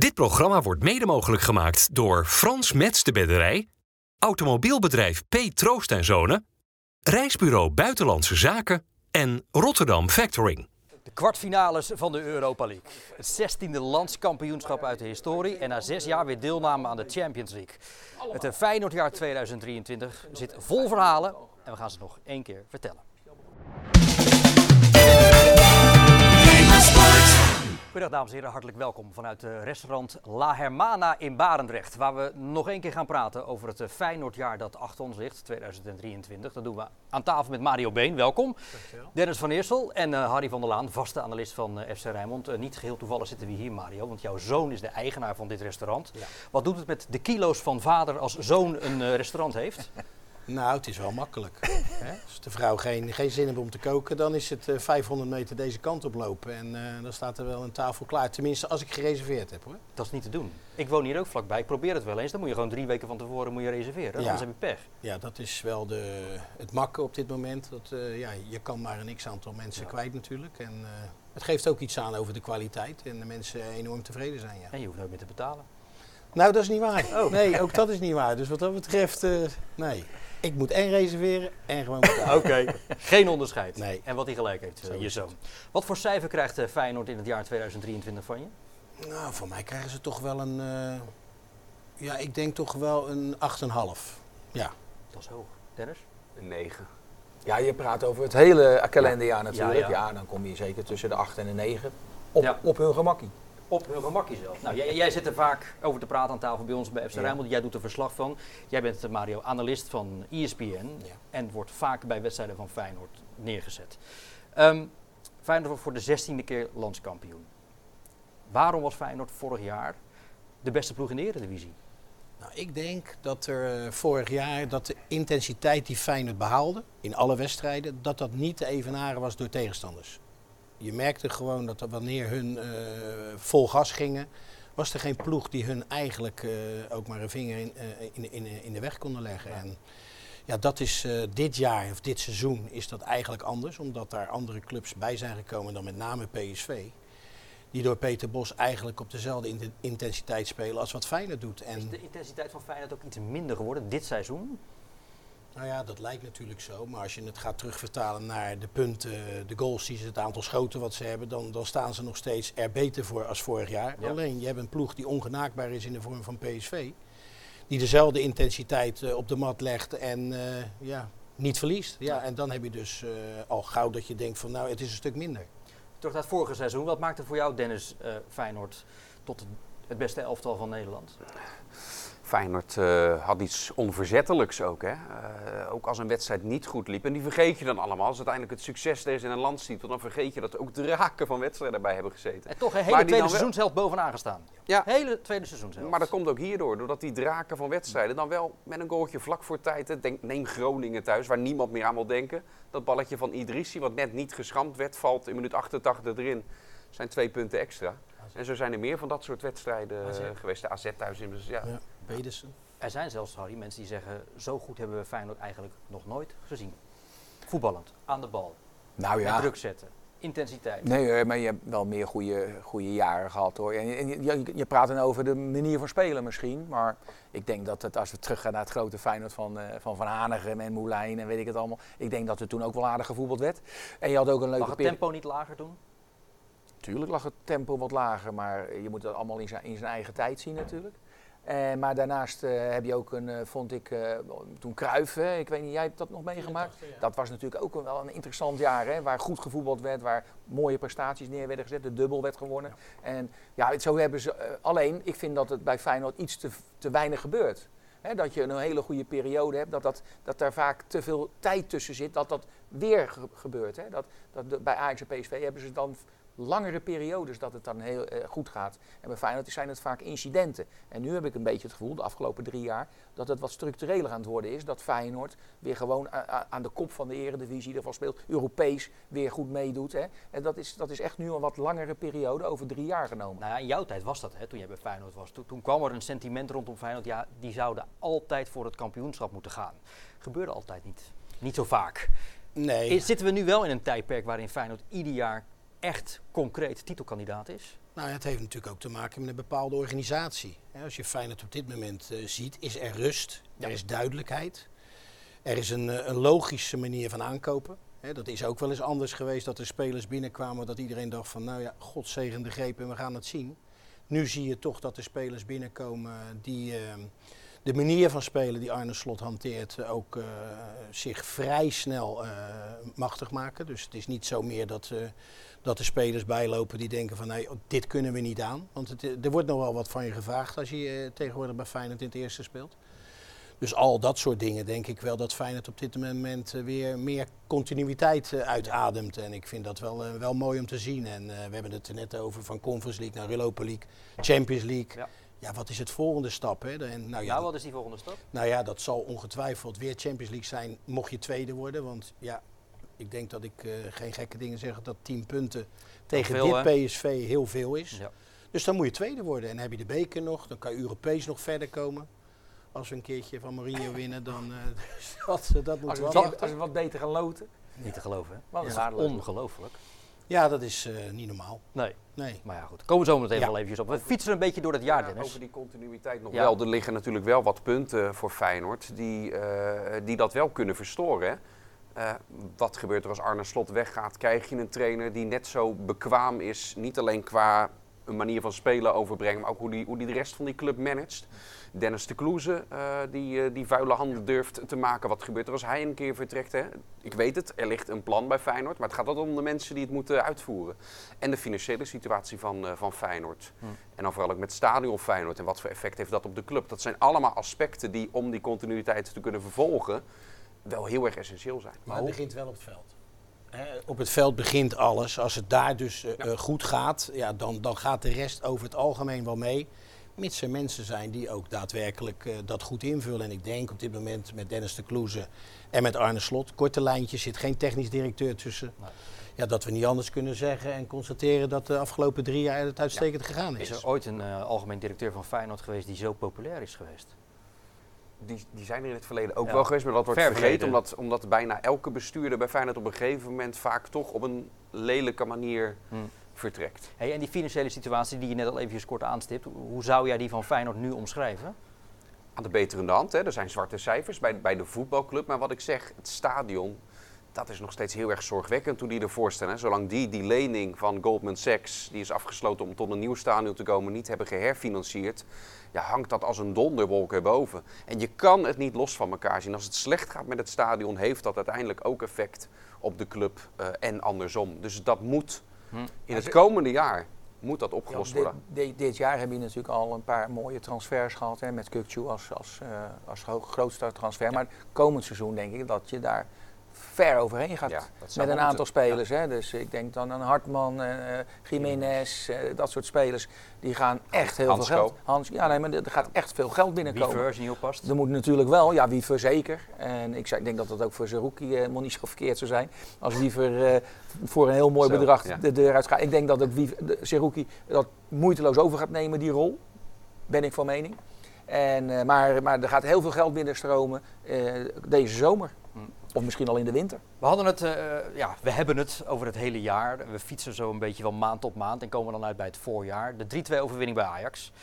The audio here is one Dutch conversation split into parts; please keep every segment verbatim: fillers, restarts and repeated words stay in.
Dit programma wordt mede mogelijk gemaakt door Frans Metz de Bedderij, automobielbedrijf P. Troost en Zonen, reisbureau Buitenlandse Zaken en Rotterdam Factoring. De kwartfinales van de Europa League. Het zestiende landskampioenschap uit de historie en na zes jaar weer deelname aan de Champions League. Het Feyenoordjaar tweeduizend drieëntwintig zit vol verhalen en we gaan ze nog één keer vertellen. Goedendag dames en heren, hartelijk welkom vanuit uh, restaurant La Hermana in Barendrecht. Waar we nog één keer gaan praten over het uh, Feyenoordjaar dat achter ons ligt, tweeduizend drieëntwintig. Dat doen we aan tafel met Mario Been, welkom. Dankjewel. Dennis van Eersel en uh, Harry van der Laan, vaste analist van uh, F C Rijnmond. Uh, niet geheel toevallig zitten we hier, Mario, want jouw zoon is de eigenaar van dit restaurant. Ja. Wat doet het met de kilo's van vader als zoon een uh, restaurant heeft? Nou, het is wel makkelijk. Hè? Als de vrouw geen, geen zin heeft om te koken, dan is het uh, vijfhonderd meter deze kant op lopen. En uh, dan staat er wel een tafel klaar. Tenminste, als ik gereserveerd heb, hoor. Dat is niet te doen. Ik woon hier ook vlakbij. Ik probeer het wel eens. Dan moet je gewoon drie weken van tevoren moet je reserveren. Ja. Anders heb je pech. Ja, dat is wel de, het makke op dit moment. Dat, uh, ja, je kan maar een x-aantal mensen ja. kwijt natuurlijk. En uh, het geeft ook iets aan over de kwaliteit. En de mensen enorm tevreden zijn. Ja. En je hoeft nooit meer te betalen. Nou, dat is niet waar. Oh. Nee, ook dat is niet waar. Dus wat dat betreft, uh, nee. Ik moet en reserveren en gewoon betalen. Oké, okay. Geen onderscheid. Nee. En wat hij gelijk heeft, uh, je zoon. Wat voor cijfer krijgt uh, Feyenoord in het jaar tweeduizend drieëntwintig van je? Nou, voor mij krijgen ze toch wel een, uh, ja, ik denk toch wel een acht komma vijf. Ja. Dat is hoog. Dennis? Een negen. Ja, je praat over het hele kalenderjaar natuurlijk. Ja, ja. ja, dan kom je zeker tussen de acht en de negen. Op, ja. op hun gemakkie. Op hun gemakje zelf. Nou, jij, jij zit er vaak over te praten aan tafel bij ons bij F C Rijnmond. Jij doet er verslag van. Jij bent, Mario, analist van E S P N. Ja. En wordt vaak bij wedstrijden van Feyenoord neergezet. Um, Feyenoord wordt voor de zestiende keer landskampioen. Waarom was Feyenoord vorig jaar de beste ploeg in de Eredivisie? Nou, ik denk dat er uh, vorig jaar dat de intensiteit die Feyenoord behaalde in alle wedstrijden, dat dat niet te evenaren was door tegenstanders. Je merkte gewoon dat er wanneer hun uh, vol gas gingen, was er geen ploeg die hun eigenlijk uh, ook maar een vinger in, uh, in, in, in de weg konden leggen. Ja. En ja, dat is uh, dit jaar of dit seizoen is dat eigenlijk anders, omdat daar andere clubs bij zijn gekomen dan met name P S V. Die door Peter Bos eigenlijk op dezelfde in- intensiteit spelen als wat Feyenoord doet. En is de intensiteit van Feyenoord ook iets minder geworden dit seizoen? Nou ja, dat lijkt natuurlijk zo. Maar als je het gaat terugvertalen naar de punten, de goals die ze, het aantal schoten wat ze hebben, dan, dan staan ze nog steeds er beter voor als vorig jaar. Ja. Alleen, je hebt een ploeg die ongenaakbaar is in de vorm van P S V. Die dezelfde intensiteit uh, op de mat legt en uh, ja, niet verliest. Ja, ja. En dan heb je dus uh, al gauw dat je denkt van nou, het is een stuk minder. Terug naar het vorige seizoen. Wat maakte voor jou, Dennis, uh, Feyenoord tot het beste elftal van Nederland? Feyenoord uh, had iets onverzettelijks ook. Hè? Uh, ook als een wedstrijd niet goed liep. En die vergeet je dan allemaal. Als uiteindelijk het succes er is in een landstitel, dan vergeet je dat er ook draken van wedstrijden erbij hebben gezeten. En toch een hele tweede seizoenshelft wel bovenaan gestaan. Ja. Hele tweede seizoenshelft. Maar dat komt ook hierdoor. Doordat die draken van wedstrijden dan wel met een goaltje vlak voor tijd. Denk, neem Groningen thuis, waar niemand meer aan wil denken. Dat balletje van Idrissi, wat net niet geschramd werd, valt in minuut achtentachtig erin. Zijn twee punten extra. En zo zijn er meer van dat soort wedstrijden uh, geweest. De A Z thuis in. Dus ja. Ja. Pedersen. Er zijn zelfs, Harry, mensen die zeggen, zo goed hebben we Feyenoord eigenlijk nog nooit gezien. Voetballend, aan de bal, nou ja. met druk zetten, intensiteit. Nee, maar je hebt wel meer goede, goede jaren gehad hoor. En, en je, je praat dan over de manier van spelen misschien, maar ik denk dat het, als we teruggaan naar het grote Feyenoord van uh, Van, van Hanegem en Moulijn en weet ik het allemaal, ik denk dat er toen ook wel aardig gevoetbald werd. En je had ook een leuke. Lag het tempo niet lager toen? Tuurlijk lag het tempo wat lager, maar je moet het allemaal in zijn, in zijn eigen tijd zien natuurlijk. Uh, maar daarnaast uh, heb je ook een, uh, vond ik, uh, toen Cruijff, hè, ik weet niet, jij hebt dat nog meegemaakt? Ja. Dat was natuurlijk ook wel een interessant jaar, hè, waar goed gevoetbald werd, waar mooie prestaties neer werden gezet, de dubbel werd gewonnen. Ja. En ja, zo hebben ze, uh, alleen, ik vind dat het bij Feyenoord iets te, te weinig gebeurt. Hè, dat je een hele goede periode hebt, dat, dat, dat daar vaak te veel tijd tussen zit, dat dat weer ge- gebeurt. Hè. Dat, dat de, bij Ajax en P S V hebben ze dan langere periodes dat het dan heel uh, goed gaat. En bij Feyenoord zijn het vaak incidenten. En nu heb ik een beetje het gevoel, de afgelopen drie jaar, dat het wat structureler aan het worden is. Dat Feyenoord weer gewoon a- a- aan de kop van de Eredivisie ervan speelt. Europees weer goed meedoet. Hè. En dat is, dat is echt nu een wat langere periode, over drie jaar genomen. Nou ja, in jouw tijd was dat, hè, toen jij bij Feyenoord was. Toen, toen kwam er een sentiment rondom Feyenoord. Ja, die zouden altijd voor het kampioenschap moeten gaan. Gebeurde altijd niet. Niet zo vaak. Nee. Zitten we nu wel in een tijdperk waarin Feyenoord ieder jaar echt concreet titelkandidaat is? Nou, het heeft natuurlijk ook te maken met een bepaalde organisatie. Als je Feyenoord op dit moment uh, ziet, is er rust, ja. er is duidelijkheid. Er is een, uh, een logische manier van aankopen. He, dat is ook wel eens anders geweest dat er spelers binnenkwamen dat iedereen dacht van nou ja, God zegen de greep en we gaan het zien. Nu zie je toch dat er spelers binnenkomen die uh, de manier van spelen die Arne Slot hanteert uh, ook uh, zich vrij snel uh, machtig maken. Dus het is niet zo meer dat, uh, dat er spelers bijlopen die denken van nee, dit kunnen we niet aan. Want het, er wordt nog wel wat van je gevraagd als je uh, tegenwoordig bij Feyenoord in het eerste speelt. Dus al dat soort dingen denk ik wel dat Feyenoord op dit moment uh, weer meer continuïteit uh, uitademt. En ik vind dat wel, uh, wel mooi om te zien. En uh, we hebben het er net over van Conference League naar Europa League, Champions League. Ja. Ja, wat is het volgende stap? Hè? En, nou, ja, nou, wat is die volgende stap? Nou ja, dat zal ongetwijfeld weer Champions League zijn, mocht je tweede worden. Want ja, ik denk dat ik uh, geen gekke dingen zeg dat tien punten tegen veel, dit hè? P S V heel veel is. Ja. Dus dan moet je tweede worden. En dan heb je de beker nog, dan kan je Europees nog verder komen. Als we een keertje van Mourinho winnen, dan uh, dat, dat moet wel. Als, als we wat beter gaan loten. Niet te geloven, hè? Wat is ja. ongelooflijk. Ja, dat is uh, niet normaal. Nee. nee. Maar ja, goed. Komen we zo meteen ja. wel eventjes op. We fietsen een beetje door het jaar, ja, Dennis. Over die continuïteit nog ja. wel. Er liggen natuurlijk wel wat punten voor Feyenoord die, uh, die dat wel kunnen verstoren. Uh, wat gebeurt er als Arne Slot weggaat? Krijg je een trainer die net zo bekwaam is, niet alleen qua een manier van spelen overbrengen, maar ook hoe die, hoe die de rest van die club managt. Dennis de Kloeze, uh, die, uh, die vuile handen durft te maken. Wat gebeurt er als hij een keer vertrekt? Hè? Ik weet het, er ligt een plan bij Feyenoord, maar het gaat altijd om de mensen die het moeten uitvoeren. En de financiële situatie van, uh, van Feyenoord. Hmm. En dan vooral ook met het stadion Feyenoord en wat voor effect heeft dat op de club. Dat zijn allemaal aspecten die om die continuïteit te kunnen vervolgen wel heel erg essentieel zijn. Maar het begint wel op het veld. He, op het veld begint alles. Als het daar dus uh, ja. goed gaat, ja, dan, dan gaat de rest over het algemeen wel mee. Mits er mensen zijn die ook daadwerkelijk uh, dat goed invullen. En ik denk op dit moment met Dennis de Kloeze en met Arne Slot, korte lijntjes, zit geen technisch directeur tussen. Nee. Ja, dat we niet anders kunnen zeggen en constateren dat de afgelopen drie jaar het uitstekend ja. gegaan is. Is er ooit een uh, algemeen directeur van Feyenoord geweest die zo populair is geweest? Die, die zijn er in het verleden ook ja. wel geweest, maar dat wordt Ver vergeten omdat, omdat bijna elke bestuurder bij Feyenoord op een gegeven moment vaak toch op een lelijke manier hmm. vertrekt. Hey, en die financiële situatie die je net al even kort aanstipt, hoe zou jij die van Feyenoord nu omschrijven? Aan de beterende hand, hè. Er zijn zwarte cijfers bij, bij de voetbalclub, maar wat ik zeg, het stadion, dat is nog steeds heel erg zorgwekkend hoe die ervoor staan. Hè. Zolang die die lening van Goldman Sachs, die is afgesloten om tot een nieuw stadion te komen, niet hebben geherfinancierd, ja, hangt dat als een donderwolk erboven. En je kan het niet los van elkaar zien. Als het slecht gaat met het stadion, heeft dat uiteindelijk ook effect op de club uh, en andersom. Dus dat moet hm. in het komende jaar moet dat opgelost ja, worden. Dit, dit jaar heb je natuurlijk al een paar mooie transfers gehad, hè, met Kukçu als, als, uh, als grootste transfer. Ja. Maar komend seizoen denk ik dat je daar ver overheen gaat ja, met een aantal spelers. Ja. Hè. Dus ik denk dan aan Hartman, uh, Jiménez, uh, dat soort spelers. Die gaan echt heel Hansco. veel geld. Hans, ja, nee, maar er gaat echt veel geld binnenkomen. Wiever, als je niet oppast. Er moet natuurlijk wel, ja, Wiever zeker. En ik, ik denk dat dat ook voor Zerouki uh, nog niet zo verkeerd zou zijn. Als Wiever uh, voor een heel mooi zo, bedrag ja. de deur uit gaat. Ik denk dat ook Zerouki dat moeiteloos over gaat nemen, die rol. Ben ik van mening. En, uh, maar, maar er gaat heel veel geld binnenstromen uh, deze zomer. Hmm. Of misschien al in de winter. We hadden het, uh, ja, we hebben het over het hele jaar. We fietsen zo een beetje wel maand op maand en komen dan uit bij het voorjaar. De drie twee overwinning bij Ajax.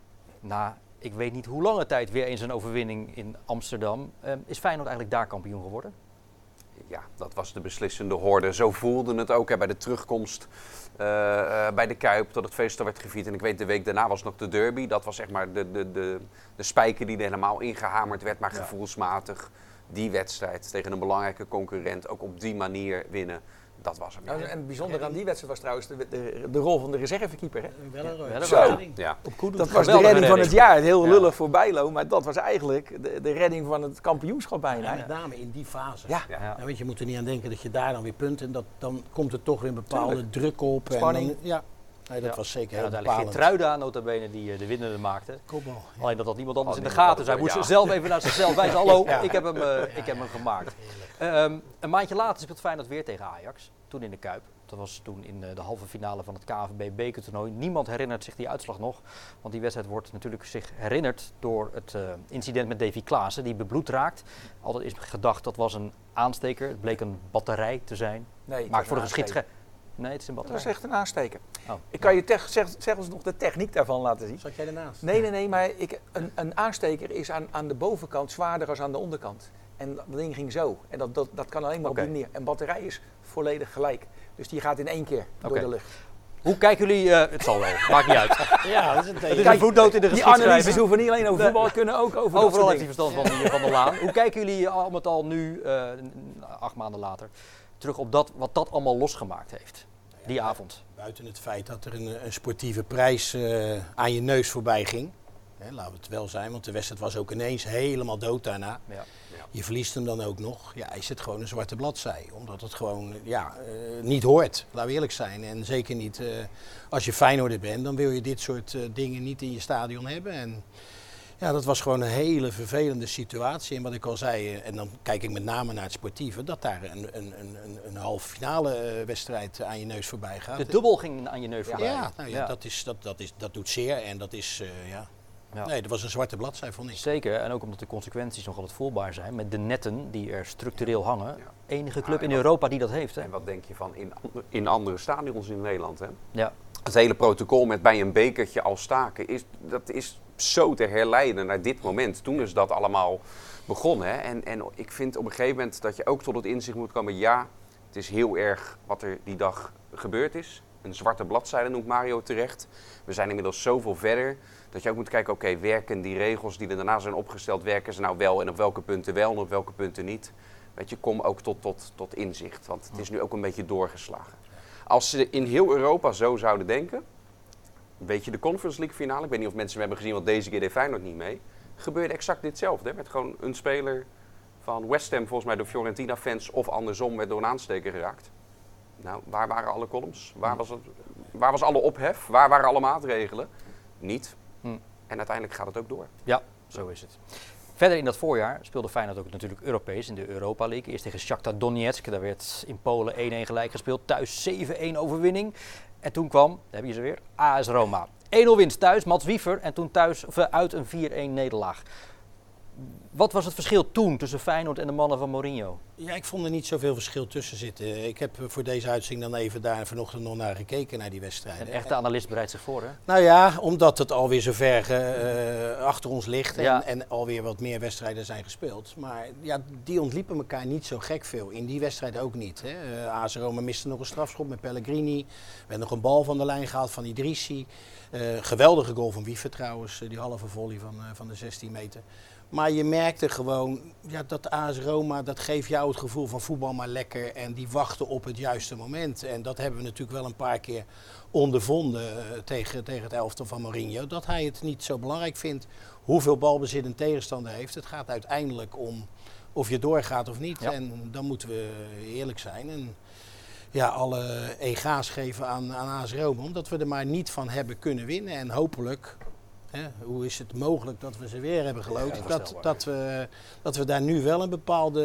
Na, ik weet niet hoe lange tijd weer eens een overwinning in Amsterdam. Uh, is Feyenoord eigenlijk daar kampioen geworden? Ja, dat was de beslissende hoorde. Zo voelde het ook hè, bij de terugkomst uh, uh, bij de Kuip, dat het feest al werd gevierd. En ik weet, de week daarna was nog de derby. Dat was zeg maar de, de, de, de spijker die er helemaal ingehamerd werd, maar ja. gevoelsmatig. Die wedstrijd tegen een belangrijke concurrent ook op die manier winnen, dat was hem. Ja, en het bijzondere aan die wedstrijd was trouwens de, de, de rol van de reservekeeper. Hè? Wel een ja, Zo. Ja. Op dat was de redding, redding van het jaar. Heel lullig ja. voor Bijlo, maar dat was eigenlijk de, de redding van het kampioenschap bijna. Ja, met name in die fase. Ja. Ja. Ja. Ja, weet je, je moet er niet aan denken dat je daar dan weer punten en dat, dan komt er toch weer een bepaalde Tuurlijk. druk op. Spanning. En dan, ja. Nee, dat ja. was zeker heel bepalend. Uiteindelijk Geertruida nota bene die uh, de winnende maakte. Kopbal. Ja. Alleen dat had niemand anders oh, in de gaten. Zij moest ja. zelf even naar zichzelf wijzen. Hallo, ja. ik heb hem, uh, ja, ik heb hem gemaakt. Um, een maandje later speelt Feyenoord weer tegen Ajax. Toen in de Kuip. Dat was toen in uh, de halve finale van het K N V B bekertoernooi. Niemand herinnert zich die uitslag nog. Want die wedstrijd wordt natuurlijk zich herinnerd door het uh, incident met Davy Klaassen. Die bebloed raakt. Altijd is gedacht dat was een aansteker. Het bleek een batterij te zijn. Nee, maar voor de geschikt. Nee, het is een Dat batterij. was echt een aansteker. Oh. Ik kan je tech, zeg, zeg ons nog de techniek daarvan laten zien. Zat jij ernaast? Nee, nee, nee, maar ik, een, een aansteker is aan, aan de bovenkant zwaarder dan aan de onderkant. En dat ding ging zo. En dat, dat, dat kan alleen maar Oké. op die manier. En batterij is volledig gelijk. Dus die gaat in één keer door Oké. de lucht. Hoe kijken jullie... uh, het zal wel, maakt niet uit. Ja, dat is een Het is teken. een voetnoot in de Die analyses geschiedschrijving. hoeven niet alleen over voetbal, kunnen ook over dat Overal soort heeft hij dingen. verstand van, die van der Laan. Hoe kijken jullie al met al nu, uh, acht maanden later, terug op dat, wat dat allemaal losgemaakt heeft? Die avond. Buiten het feit dat er een, een sportieve prijs uh, aan je neus voorbij ging. Hè, laten we het wel zijn, want de wedstrijd was ook ineens helemaal dood daarna. Ja. Je verliest hem dan ook nog. Ja, is het gewoon een zwarte bladzij. Omdat het gewoon ja, uh, niet hoort, laten we eerlijk zijn. En zeker niet uh, als je Feyenoorder bent, dan wil je dit soort uh, dingen niet in je stadion hebben. En ja, dat was gewoon een hele vervelende situatie. En wat ik al zei, uh, en dan kijk ik met name naar het sportieve, dat daar een, een, een, een halve finale uh, wedstrijd aan je neus voorbij gaat. De dubbel ging aan je neus voorbij. Ja, nou ja, Ja. Dat, is, dat, dat, is, dat doet zeer en dat is, uh, ja... Ja. Nee, dat was een zwarte bladzij, vond ik. Zeker, en ook omdat de consequenties nogal wat voelbaar zijn met de netten die er structureel hangen. Ja. Enige club Ja, in en wat- Europa die dat heeft. Hè? En wat denk je van in, ander- in andere stadions in Nederland? Hè? Ja. Het hele protocol met bij een bekertje al staken, is, dat is zo te herleiden naar dit moment. Toen is dat allemaal begonnen. Hè? En, en ik vind op een gegeven moment dat je ook tot het inzicht moet komen, ja, het is heel erg wat er die dag gebeurd is. Een zwarte bladzijde noemt Mario terecht. We zijn inmiddels zoveel verder dat je ook moet kijken, oké, okay, werken die regels die er daarna zijn opgesteld, werken ze nou wel en op welke punten wel en op welke punten niet? Weet je, kom ook tot, tot, tot inzicht, want het is nu ook een beetje doorgeslagen. Als ze in heel Europa zo zouden denken, weet je, de Conference League finale, ik weet niet of mensen hebben gezien, want deze keer deed Feyenoord niet mee, gebeurde exact ditzelfde. Hè? Met gewoon een speler van West Ham, volgens mij door Fiorentina-fans of andersom, werd door een aansteker geraakt. Nou, waar waren alle columns? Waar was, het, waar was alle ophef? Waar waren alle maatregelen? Niet. Hm. En uiteindelijk gaat het ook door. Ja, zo is het. Verder in dat voorjaar speelde Feyenoord ook natuurlijk Europees in de Europa League. Eerst tegen Shakhtar Donetsk, daar werd in Polen één-één gelijk gespeeld. Thuis zeven-één overwinning. En toen kwam, daar heb je ze weer, A S Roma. één-nul winst thuis, Mats Wiever. En toen thuis, of, uit een vier-één nederlaag. Wat was het verschil toen tussen Feyenoord en de mannen van Mourinho? Ja, ik vond er niet zoveel verschil tussen zitten. Ik heb voor deze uitzending dan even daar vanochtend nog naar gekeken, naar die wedstrijden. Een echte analist bereidt zich voor, hè? Nou ja, omdat het alweer zo ver uh, achter ons ligt en, Ja. en alweer wat meer wedstrijden zijn gespeeld. Maar ja, die ontliepen elkaar niet zo gek veel. In die wedstrijd ook niet. Hè. Uh, A S Roma miste nog een strafschop met Pellegrini. We hebben nog een bal van de lijn gehaald van Idrissi. Uh, geweldige goal van Wiever trouwens, uh, die halve volley van, uh, van de zestien meter. Maar je merkte gewoon, ja, dat A S Roma, dat geeft jou het gevoel van voetbal maar lekker. En die wachten op het juiste moment. En dat hebben we natuurlijk wel een paar keer ondervonden uh, tegen, tegen het elftal van Mourinho. Dat hij het niet zo belangrijk vindt hoeveel balbezit een tegenstander heeft. Het gaat uiteindelijk om of je doorgaat of niet. Ja. En dan moeten we eerlijk zijn. En ja, alle ega's geven aan, aan A S Roma. Omdat we er maar niet van hebben kunnen winnen. En hopelijk... Hè, hoe is het mogelijk dat we ze weer hebben geloot? Ja, dat, dat, we, dat we daar nu wel een bepaalde...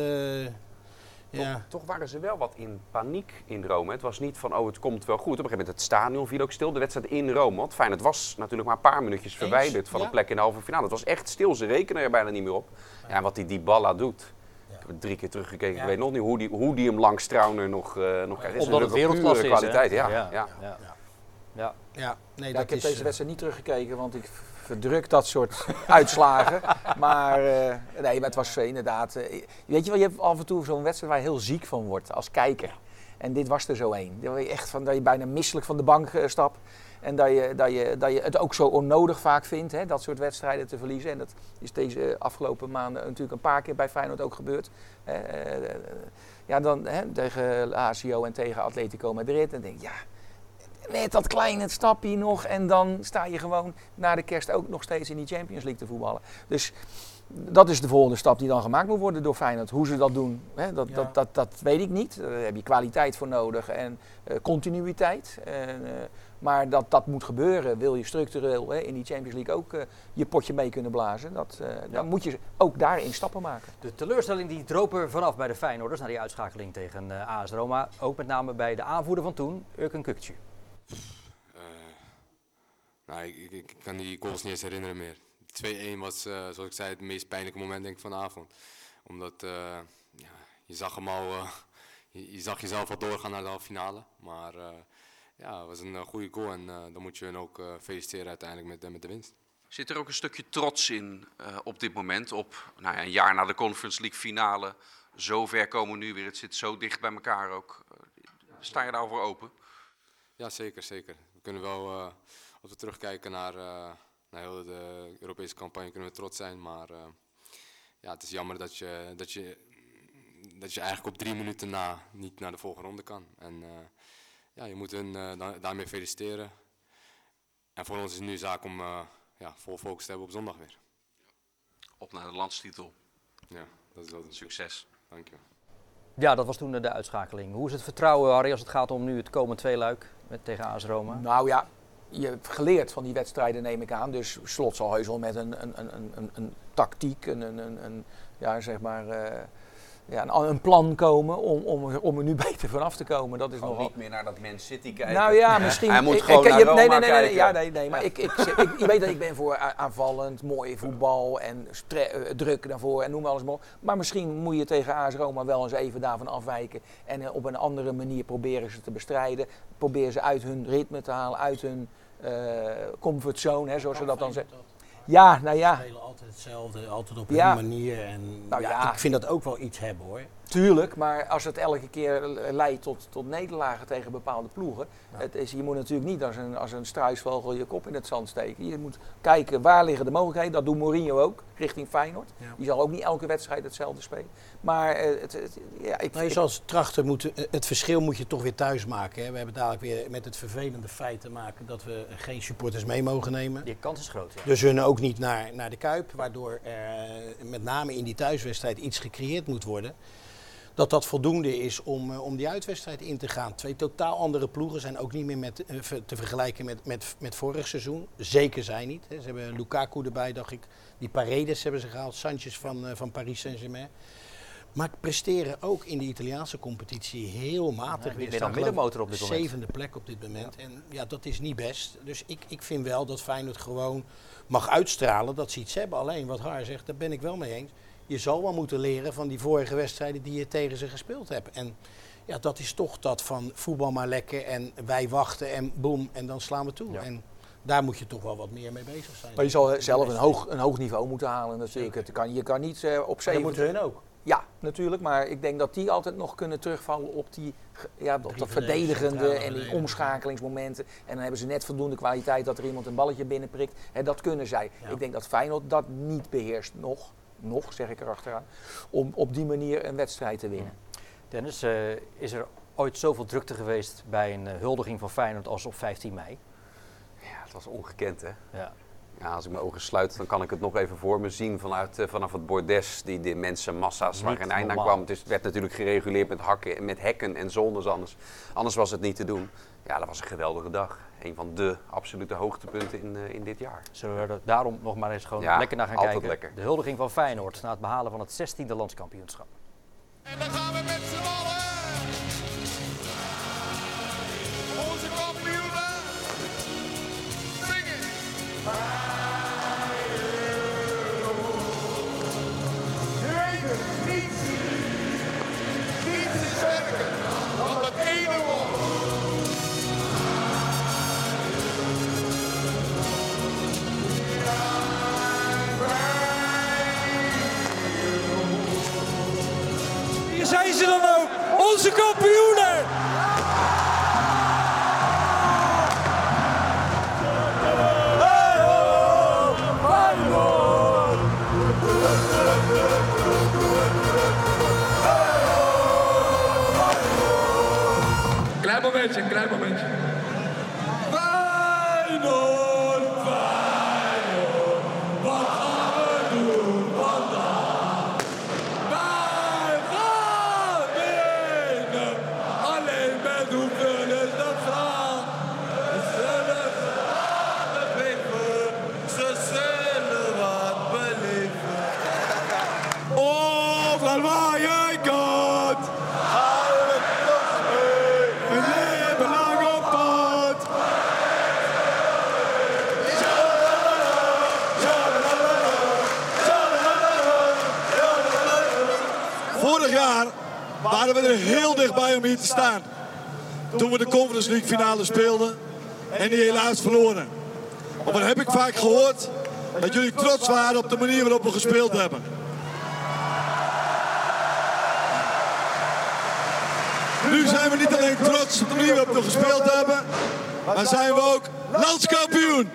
Ja. Toch, toch waren ze wel wat in paniek in Rome. Het was niet van, oh, het komt wel goed. Op een gegeven moment het stadion viel ook stil. De wedstrijd in Rome. Want Feyenoord was natuurlijk maar een paar minuutjes verwijderd van ja. een plek in de halve finale. Het was echt stil. Ze rekenen er bijna niet meer op. Ja, en wat die Dybala doet. Ja. Ik heb het drie keer teruggekeken. Ja. Ik weet nog niet hoe die, hoe die hem langs Trauner nog, uh, nog krijgt. Omdat het wereldklasse is, kwaliteit. hè? Ja, Ja. ja. Ja. Ja. Ja. Ja, nee, Ja, dat ik heb is, deze uh, wedstrijd niet teruggekeken, want ik verdruk dat soort uitslagen. Maar, uh, nee, maar het was uh, inderdaad... Uh, weet je wel, je hebt af en toe zo'n wedstrijd waar je heel ziek van wordt als kijker. En dit was er zo één. Dat je echt van, dat je bijna misselijk van de bank uh, stapt. En dat je, dat, je, dat je het ook zo onnodig vaak vindt, hè, dat soort wedstrijden te verliezen. En dat is deze afgelopen maanden natuurlijk een paar keer bij Feyenoord ook gebeurd. Uh, uh, ja, dan hè, tegen Lazio en tegen Atletico Madrid. En denk ik, ja... Net dat kleine stapje nog en dan sta je gewoon na de kerst ook nog steeds in die Champions League te voetballen. Dus dat is de volgende stap die dan gemaakt moet worden door Feyenoord. Hoe ze dat doen, hè, dat, Ja. dat, dat, dat weet ik niet. Daar heb je kwaliteit voor nodig en uh, continuïteit. En, uh, maar dat dat moet gebeuren, wil je structureel hè, in die Champions League ook uh, je potje mee kunnen blazen. Dat, uh, Ja. Dan moet je ook daarin stappen maken. De teleurstelling die droop er vanaf bij de Feyenoorders na die uitschakeling tegen uh, A S Roma. Ook met name bij de aanvoerder van toen, Erkan Kukçu. Uh, nou, ik, ik, ik kan die goals niet eens herinneren meer. twee-één was, uh, zoals ik zei, het meest pijnlijke moment denk ik vanavond. Omdat uh, ja, je zag hem al, uh, je, je zag jezelf al doorgaan naar de halve finale. Maar uh, ja, het was een uh, goede goal en uh, dan moet je hun ook uh, feliciteren uiteindelijk met, uh, met de winst. Zit er ook een stukje trots in uh, op dit moment, op nou ja, een jaar na de Conference League finale? Zo ver komen we nu weer, het zit zo dicht bij elkaar ook. Uh, sta je daarvoor open? Ja, zeker, zeker. We kunnen wel, uh, als we terugkijken naar, uh, naar heel de Europese campagne, kunnen we trots zijn. Maar uh, ja, het is jammer dat je, dat, je, dat je eigenlijk op drie minuten na niet naar de volgende ronde kan. En uh, ja, je moet hen uh, da daarmee feliciteren. En voor ons is het nu zaak om uh, ja, vol focus te hebben op zondag weer. Op naar de landstitel. Ja, dat is wel een succes. Dank je. Ja, dat was toen de uitschakeling. Hoe is het vertrouwen, Harry, als het gaat om nu het komende tweeluik met tegen A S Roma? Nou ja, je hebt geleerd van die wedstrijden, neem ik aan. Dus Slot zal heus wel met een, een, een, een, een tactiek, een, een, een, ja, zeg maar, uh, ja, een, een plan komen om, om, om er nu beter vanaf te komen. Dat is Gewoon nogal... niet meer naar dat Man City kijken. Nou ja, misschien... Hij moet ik, gewoon ik, naar je, Roma nee, nee, nee, nee, kijken. ja, nee, nee, maar ik, ik, ik, ik, je weet dat ik ben voor aanvallend, mooi voetbal en stre- druk daarvoor en noem alles maar op. Maar misschien moet je tegen A S Roma wel eens even daarvan afwijken en uh, op een andere manier proberen ze te bestrijden. Proberen ze uit hun ritme te halen, uit hun uh, comfortzone, hè, zoals ze dat dan zeggen. Ja, nou ja. Ze spelen altijd hetzelfde, altijd op hun Ja. manier. En Nou ja, ja. ik vind dat ook wel iets hebben hoor. Tuurlijk, maar als het elke keer leidt tot, tot nederlagen tegen bepaalde ploegen. Ja. Het is, je moet natuurlijk niet als een, als een struisvogel je kop in het zand steken. Je moet kijken waar liggen de mogelijkheden. Dat doet Mourinho ook, richting Feyenoord. Ja. Die zal ook niet elke wedstrijd hetzelfde spelen. Maar uh, het, het, ja, ik, Nou, je ik, zal trachten moeten, het verschil moet je toch weer thuis maken. Hè. We hebben dadelijk weer met het vervelende feit te maken dat we geen supporters mee mogen nemen. Die kans is groot, ja. Dus hun ook niet naar, naar de Kuip, waardoor er met name in die thuiswedstrijd iets gecreëerd moet worden. Dat dat voldoende is om, uh, om die uitwedstrijd in te gaan. Twee totaal andere ploegen zijn ook niet meer met, uh, te vergelijken met, met, met vorig seizoen. Zeker zij niet. Hè. Ze hebben Lukaku erbij, dacht ik. Die Paredes hebben ze gehaald. Sanchez van, uh, van Paris Saint-Germain. Maar presteren ook in de Italiaanse competitie heel matig. Ja, weer weer staan dan middenmotor op dit moment. Zevende plek op dit moment. Ja. En ja, dat is niet best. Dus ik, ik vind wel dat Feyenoord gewoon mag uitstralen dat ze iets hebben. Alleen wat Har zegt, daar ben ik wel mee eens. Je zal wel moeten leren van die vorige wedstrijden die je tegen ze gespeeld hebt. En ja, dat is toch dat van voetbal maar lekker en wij wachten en boem en dan slaan we toe. Ja. En daar moet je toch wel wat meer mee bezig zijn. maar je zal zelf een hoog, een hoog niveau moeten halen natuurlijk. Het kan, je kan niet uh, op Dat zeven... moeten hun ook. Ja, natuurlijk, maar ik denk dat die altijd nog kunnen terugvallen op, die, ja, op dat Drie verdedigende centrale en die verdedigers. omschakelingsmomenten. En dan hebben ze net voldoende kwaliteit dat er iemand een balletje binnenprikt. Hè, dat kunnen zij. Ja. Ik denk dat Feyenoord dat niet beheerst, nog, nog zeg ik erachteraan, om op die manier een wedstrijd te winnen. Dennis, uh, is er ooit zoveel drukte geweest bij een uh, huldiging van Feyenoord als op vijftien mei? Ja, het was ongekend hè. Ja. Ja, als ik mijn ogen sluit, dan kan ik het nog even voor me zien vanuit, uh, vanaf het bordes. Die, die mensenmassa's waar Niet geen einde aan normaal. kwam. Het is, werd natuurlijk gereguleerd met, hakken, met hekken en zones anders. Anders was het niet te doen. Ja, dat was een geweldige dag. Een van de absolute hoogtepunten in, uh, in dit jaar. Zullen we er daarom nog maar eens gewoon Ja, lekker naar gaan altijd kijken? lekker. De huldiging van Feyenoord na het behalen van het zestiende landskampioenschap. En dan gaan we met z'n allen. Onze kampioenen. Zingen. Je weet het, niets. Niets is sterker dan dat ene woord. Hier zijn ze dan ook, onze kampioenen! Hey ho, Feyenoord! Klein momentje, klein momentje. Feyenoord, Feyenoord, wat gaan we doen vandaag? Wij gaan winnen, alleen met hoeveel is de vraag. Ze zullen wat beleven, ze zullen wat beleven. Overal waar je gaat, houden we toch mee, een leven lang op pad. Vorig jaar waren we er heel dichtbij om hier te staan. Toen we de Conference League finale speelden en die helaas verloren. Maar wat heb ik vaak gehoord? Dat jullie trots waren op de manier waarop we gespeeld hebben. Nu zijn we niet alleen trots op de manier waarop we gespeeld hebben, maar zijn we ook landskampioen.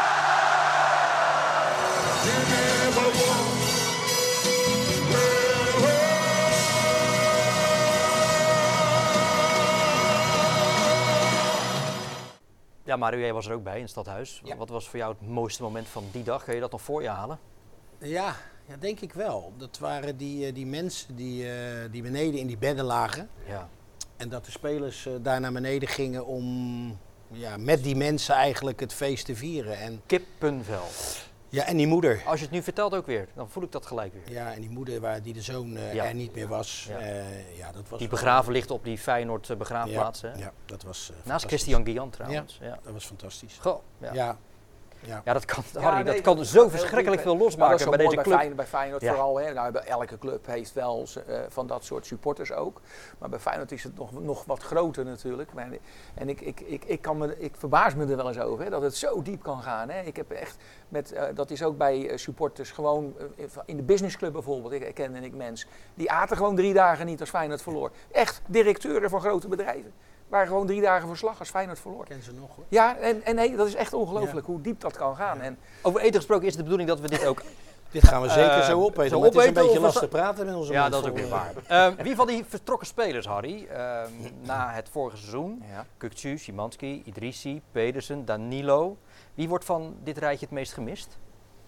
Ja, Mario, jij was er ook bij in het stadhuis. Ja. Wat was voor jou het mooiste moment van die dag? Kun je dat nog voor je halen? Ja, ja, denk ik wel. Dat waren die, uh, die mensen die, uh, die beneden in die bedden lagen. Ja. En dat de spelers uh, daar naar beneden gingen om ja, met die mensen eigenlijk het feest te vieren. En, Kippenvel. ja, en die moeder. Als je het nu vertelt ook weer, dan voel ik dat gelijk weer. Ja, en die moeder waar die de zoon uh, Ja. er niet meer was. Ja. Ja. Uh, ja, dat was Die wel- begraven ligt op die Feyenoord uh, begraafplaats. Ja, hè? ja, dat was uh, Naast fantastisch. Christian Guillan trouwens. Ja. Dat was fantastisch. Goh, ja. Ja. Ja. Ja. Ja, dat kan, Ja, Harry, nee, dat kan dat is zo heel verschrikkelijk diep, veel hè. losmaken Nou, bij dat is deze zo mooi club. bij Feyenoord, bij Feyenoord Ja. vooral. Hè. Nou, elke club heeft wel uh, van dat soort supporters ook. Maar bij Feyenoord is het nog, nog wat groter natuurlijk. Maar, en ik, ik, ik, ik, kan me, ik verbaas me er wel eens over, hè, dat het zo diep kan gaan. Hè. Ik heb echt met, uh, dat is ook bij uh, supporters gewoon, uh, in de businessclub bijvoorbeeld, ik kende ik mensen, die aten gewoon drie dagen niet als Feyenoord verloor. Echt directeuren van grote bedrijven. Waren gewoon drie dagen verslag als Feyenoord verloor. Ken ze nog hoor. Ja, en, en nee, dat is echt ongelooflijk hoe diep dat kan gaan. En, Over eten gesproken is het de bedoeling dat we dit ook... Dit gaan we zeker Uh, zo opeten. zo Maar het is een opeten, beetje of was lastig dat- praten met onze Ja, mond dat is ook vol, weer uh, waar. Uh, wie van die vertrokken spelers, Harry, uh, na het vorige seizoen, ja. Kukçu, Szymanski, Idrissi, Pedersen, Danilo, wie wordt van dit rijtje het meest gemist?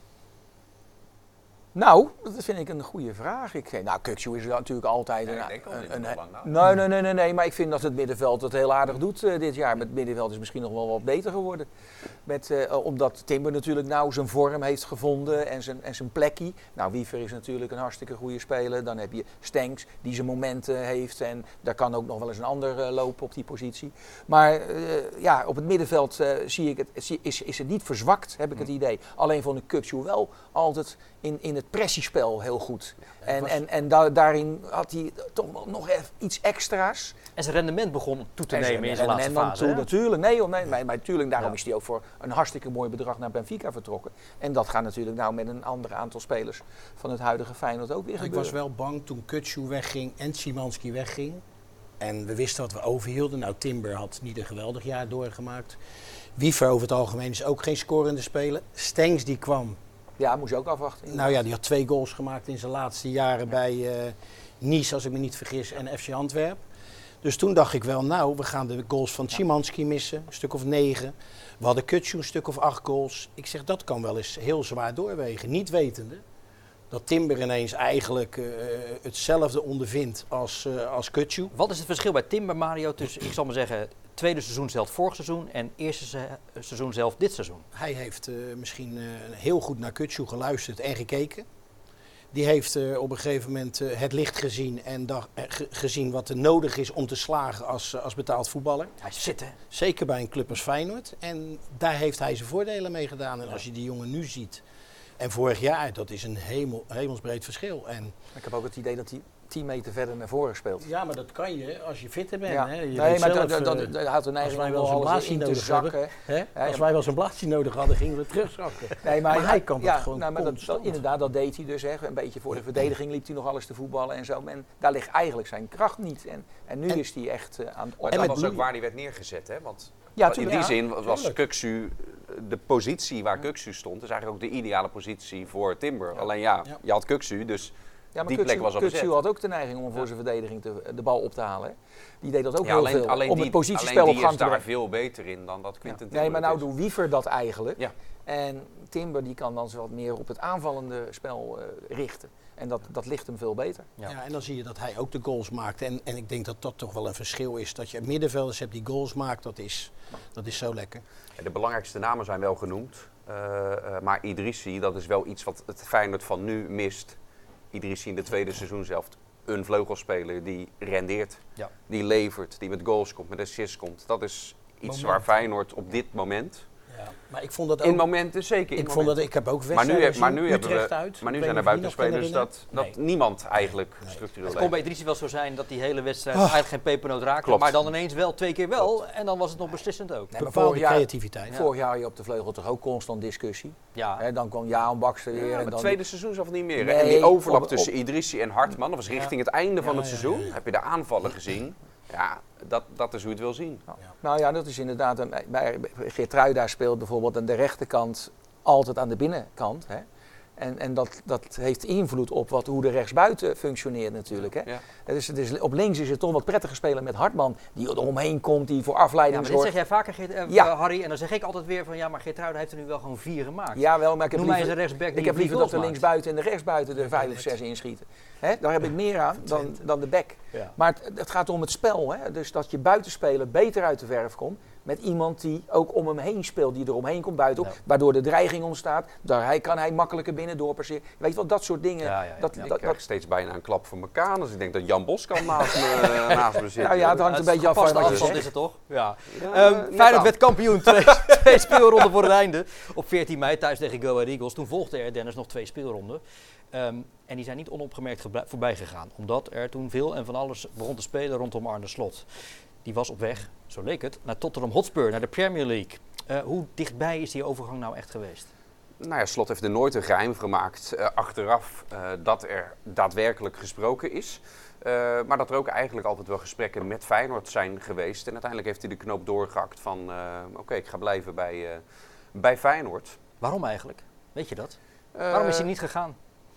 Nou, dat vind ik een goede vraag. Ik, nou, Kukçu is natuurlijk altijd Ja, een... ik denk al niet een, nog een- lang na. nee, nee, nee, nee, nee, maar ik vind dat het middenveld het heel aardig doet uh, dit jaar. Het middenveld is misschien nog wel wat beter geworden. Met, uh, omdat Timber natuurlijk nou zijn vorm heeft gevonden en zijn, en zijn plekje. Nou, Wiever is natuurlijk een hartstikke goede speler. Dan heb je Stenks, die zijn momenten heeft. En daar kan ook nog wel eens een ander uh, lopen op die positie. Maar uh, ja, op het middenveld uh, zie ik het, zie, is, is het niet verzwakt, heb ik het idee. Alleen vond ik Kukçu wel altijd in, in het pressiespel heel goed. En, was- en, en da- daarin had hij toch nog even iets extra's. En zijn rendement begon toe te En nemen in zijn en- laatste en dan fase. toe, hè? natuurlijk, nee, joh, nee, maar, maar natuurlijk, daarom Ja. is hij ook voor een hartstikke mooi bedrag naar Benfica vertrokken. En dat gaat natuurlijk nou met een ander aantal spelers van het huidige Feyenoord ook weer Ik gebeuren. was wel bang toen Kukçu wegging en Szymanski wegging. En we wisten wat we overhielden. Nou, Timber had niet een geweldig jaar doorgemaakt. Wiever over het algemeen is ook geen scorende speler. Stenks die kwam. Ja, moest je ook afwachten. Nou ja, die had twee goals gemaakt in zijn laatste jaren bij uh, Nice, als ik me niet vergis, en F C Antwerpen. Dus toen dacht ik wel, nou, we gaan de goals van Szymanski missen, een stuk of negen. We hadden Kukçu een stuk of acht goals. Ik zeg, dat kan wel eens heel zwaar doorwegen. Niet wetende dat Timber ineens eigenlijk uh, hetzelfde ondervindt als, uh, als Kukçu. Wat is het verschil bij Timber, Mario, tussen, ik zal maar zeggen, tweede seizoen zelf vorig seizoen en eerste se- seizoen zelf dit seizoen? Hij heeft uh, misschien uh, heel goed naar Kukçu geluisterd en gekeken. Die heeft uh, op een gegeven moment uh, het licht gezien en dacht, uh, ge- gezien wat er nodig is om te slagen als, uh, als betaald voetballer. Hij zit, hè? Zeker bij een club als Feyenoord. En daar heeft hij zijn voordelen mee gedaan. En als je die jongen nu ziet, en vorig jaar, dat is een hemel, hemelsbreed verschil. En Ik heb ook het idee dat hij tien meter verder naar voren speelt. ja, maar dat kan je als je fitter bent. Ja. Hè? Je Nee, weet maar zelf, dat, dat, uh, dat had de als neiging wij om wel wel zo'n alles blaasje in te nodig zakken. hadden, hè? Ja, als ja, wij wel zo'n blaasje nodig hadden, gingen we terugzakken. Nee, maar, Maar hij kan dat ja, gewoon nou, maar dat, constant. dat, inderdaad, dat deed hij dus. Hè. Een beetje voor de verdediging liep hij nog alles te voetballen en zo. En daar ligt eigenlijk zijn kracht niet. En, en nu En- is hij echt uh, aan het Maar En dat met was ook bloeien. waar hij werd neergezet, hè? Want Ja, in tuurlijk. die Ja, zin was tuurlijk. Kukçu, de positie waar Kukçu stond, is eigenlijk ook de ideale positie voor Timber. Ja. Alleen ja, Ja. je had Kukçu, dus Ja, maar die Kukçu- plek was al Kukçu bezet. had ook de neiging om voor zijn verdediging te, de bal op te halen. Hè. Die deed dat ook Ja, heel alleen, veel. alleen om die, het positiespel alleen op die gang is te daar brengen. veel beter in dan dat Quinten Ja. Timber Nee, maar nou het is. doet Wiever dat eigenlijk. Ja. En Timber die kan dan zo wat meer op het aanvallende spel uh, richten. En dat, dat ligt hem veel beter. Ja. Ja, en dan zie je dat hij ook de goals maakt. En, en ik denk dat dat toch wel een verschil is. Dat je middenvelders hebt die goals maakt, dat is, dat is zo lekker. Ja, de belangrijkste namen zijn wel genoemd. Uh, uh, maar Idrissi, dat is wel iets wat het Feyenoord van nu mist. Idrissi in de tweede seizoen zelf. Een vleugelspeler die rendeert, Ja. die levert, die met goals komt, met assists komt. Dat is iets Moment. waar Feyenoord op dit moment Ja. Ja, maar ik vond dat ook, In momenten zeker. In ik, vond momenten. dat, ik heb ook Maar nu, wedstrijden heb- maar nu, gezien, hebben Utrecht we, uit. maar nu Ik zijn er weet niet of je nog buitenspelers kan dat, herinneren. dat niemand eigenlijk Nee. structureel Het weet. kon bij Idrissi wel zo zijn dat die hele wedstrijd Oh. eigenlijk geen pepernoot raakte, Klopt. maar dan ineens wel twee keer wel en dan was het nog beslissend ook. Nee, maar Bepaalde vorig jaar, creativiteit. vorig jaar had je op de vleugel toch ook constant discussie. Ja. Hè, dan kwam Jaan Bakster weer. Ja, en maar dan het tweede seizoen zelf niet meer. hè? Nee, en die overlap op- op- tussen Idrissi en Hartman, dat was richting het einde van Ja, het ja, seizoen. ja, ja. Heb je de aanvallen gezien? Ja, dat, dat is hoe je het wil zien. Nou ja, dat is inderdaad. Een, bij Geertruida speelt bijvoorbeeld aan de rechterkant altijd aan de binnenkant. Hè? En, en dat, dat heeft invloed op wat, hoe de rechtsbuiten functioneert natuurlijk. Hè? Ja. Het is, het is, op links is het toch wat prettiger spelen met Hartman, die er omheen komt, die voor Ja, afleiding maar dit zeg zorgt. jij vaker, Geert, eh, Ja. Harry, en dan zeg ik altijd weer van ja, maar Geertruida heeft er nu wel gewoon vier gemaakt. Ja, wel, maar ik heb Noem mij eens liever, een rechtsback die ik heb vier liever dat de goals linksbuiten en de rechtsbuiten er vijf of zes inschieten. Hè? Daar heb ik meer aan dan, dan de back. Ja. Maar het, het gaat om het spel. Hè? Dus dat je buitenspeler beter uit de verf komt. Met iemand die ook om hem heen speelt, die er omheen komt buiten. Ja. Waardoor de dreiging ontstaat. Daar hij, kan hij makkelijker binnen doorpasseren. Weet je wel, dat soort dingen. Ja, ja, ja. Dat, Ja, Ik dat, krijg dat, steeds bijna een klap voor elkaar. Dus ik denk dat Jan Boskamp naast me, naast me zit. nou ja, het hangt een beetje af van Gepaste wat je afstand zegt. is het toch? Ja. Ja, Ehm, net Feyenoord aan. werd kampioen, twee, twee speelronden voor het einde. Op veertien mei thuis tegen Go Ahead Eagles. Toen volgden er, Dennis, nog twee speelronden. Ehm, en die zijn niet onopgemerkt gebru- voorbij gegaan. Omdat er toen veel en van alles begon te spelen rondom Arne Slot. Die was op weg, zo leek het, naar Tottenham Hotspur, naar de Premier League. Uh, hoe dichtbij is die overgang nou echt geweest? Nou ja, Slot heeft er nooit een geheim gemaakt uh, achteraf uh, dat er daadwerkelijk gesproken is. Uh, maar dat er ook eigenlijk altijd wel gesprekken met Feyenoord zijn geweest. En uiteindelijk heeft hij de knoop doorgehakt van uh, oké, okay, ik ga blijven bij, uh, bij Feyenoord. Waarom eigenlijk? Weet je dat? Uh, Waarom is hij niet gegaan?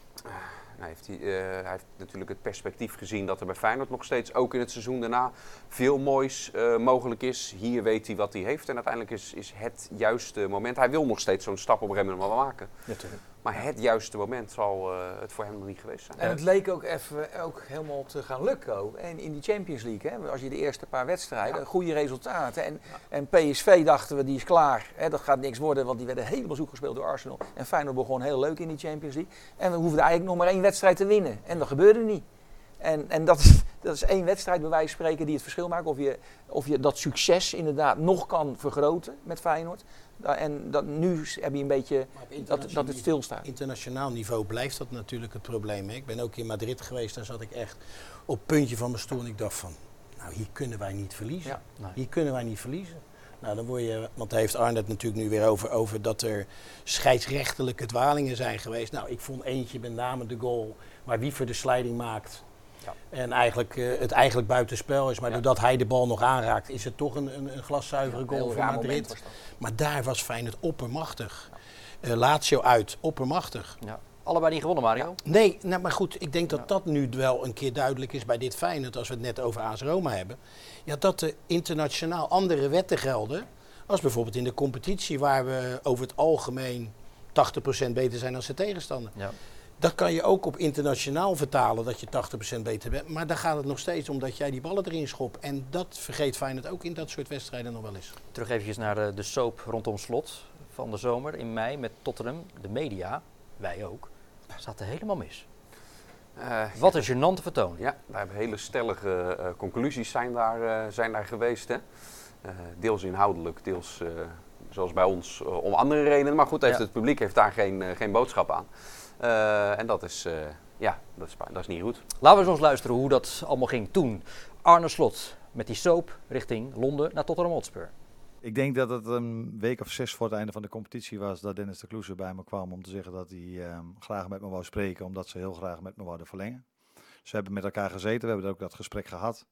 Nou, heeft hij, uh, hij heeft natuurlijk het perspectief gezien dat er bij Feyenoord nog steeds, ook in het seizoen daarna, veel moois uh, mogelijk is. Hier weet hij wat hij heeft en uiteindelijk is, is het juiste moment. Hij wil nog steeds zo'n stap op een gegeven moment wel maken. Ja, maar het juiste moment zal uh, het voor hem nog niet geweest zijn. En het leek ook even ook helemaal te gaan lukken ook. En in die Champions League, hè, als je de eerste paar wedstrijden, ja. goede resultaten. En, ja. en P S V dachten we, die is klaar. Hè, dat gaat niks worden, want die werden helemaal zoek gespeeld door Arsenal. En Feyenoord begon heel leuk in die Champions League. En we hoefden eigenlijk nog maar één wedstrijd te winnen. En dat gebeurde niet. En, en dat, is, dat is één wedstrijd bij wijze van spreken die het verschil maakt. Of je, of je dat succes inderdaad nog kan vergroten met Feyenoord. En dat, nu heb je een beetje dat, dat het stilstaat. Internationaal niveau blijft dat natuurlijk het probleem. Hè? Ik ben ook in Madrid geweest, daar zat ik echt op het puntje van mijn stoel en ik dacht van, nou hier kunnen wij niet verliezen. Ja, nee. Hier kunnen wij niet verliezen. Nou, dan word je, want daar heeft Arne het natuurlijk nu weer over, over dat er scheidsrechtelijke dwalingen zijn geweest. Nou, ik vond eentje met name de goal waar Wiever de slijding maakt. Ja. En eigenlijk, uh, het eigenlijk buitenspel is, maar ja. doordat hij de bal nog aanraakt, is het toch een, een, een glaszuivere goal ja, voor Madrid. Maar daar was Feyenoord oppermachtig. Ja. Uh, Lazio uit, oppermachtig. Ja. Allebei niet gewonnen, Mario? Ja. Nee, nou, maar goed, ik denk dat ja. dat nu wel een keer duidelijk is bij dit Feyenoord, als we het net over A S Roma hebben. Ja, dat er internationaal andere wetten gelden, als bijvoorbeeld in de competitie, waar we over het algemeen tachtig procent beter zijn dan zijn tegenstander. Ja. Dat kan je ook op internationaal vertalen, dat je tachtig procent beter bent. Maar dan gaat het nog steeds om dat jij die ballen erin schopt. En dat vergeet Feyenoord ook in dat soort wedstrijden nog wel eens. Terug eventjes naar de, de soap rondom Slot van de zomer in mei met Tottenham. De media, wij ook, zaten helemaal mis. Uh, Wat een gênante vertoning. Ja, daar hebben hele stellige uh, conclusies zijn daar, uh, zijn daar geweest. Hè? Uh, deels inhoudelijk, deels uh, zoals bij ons uh, om andere redenen. Maar goed, heeft ja. het publiek heeft daar geen, uh, geen boodschap aan. Uh, en dat is, uh, ja, dat is, dat is niet goed. Laten we eens ons luisteren hoe dat allemaal ging toen. Arne Slot met die soap richting Londen naar Tottenham Hotspur. Ik denk dat het een week of zes voor het einde van de competitie was dat Dennis de Kloeze bij me kwam om te zeggen dat hij um, graag met me wou spreken, omdat ze heel graag met me wouden verlengen. Dus we hebben met elkaar gezeten, we hebben ook dat gesprek gehad.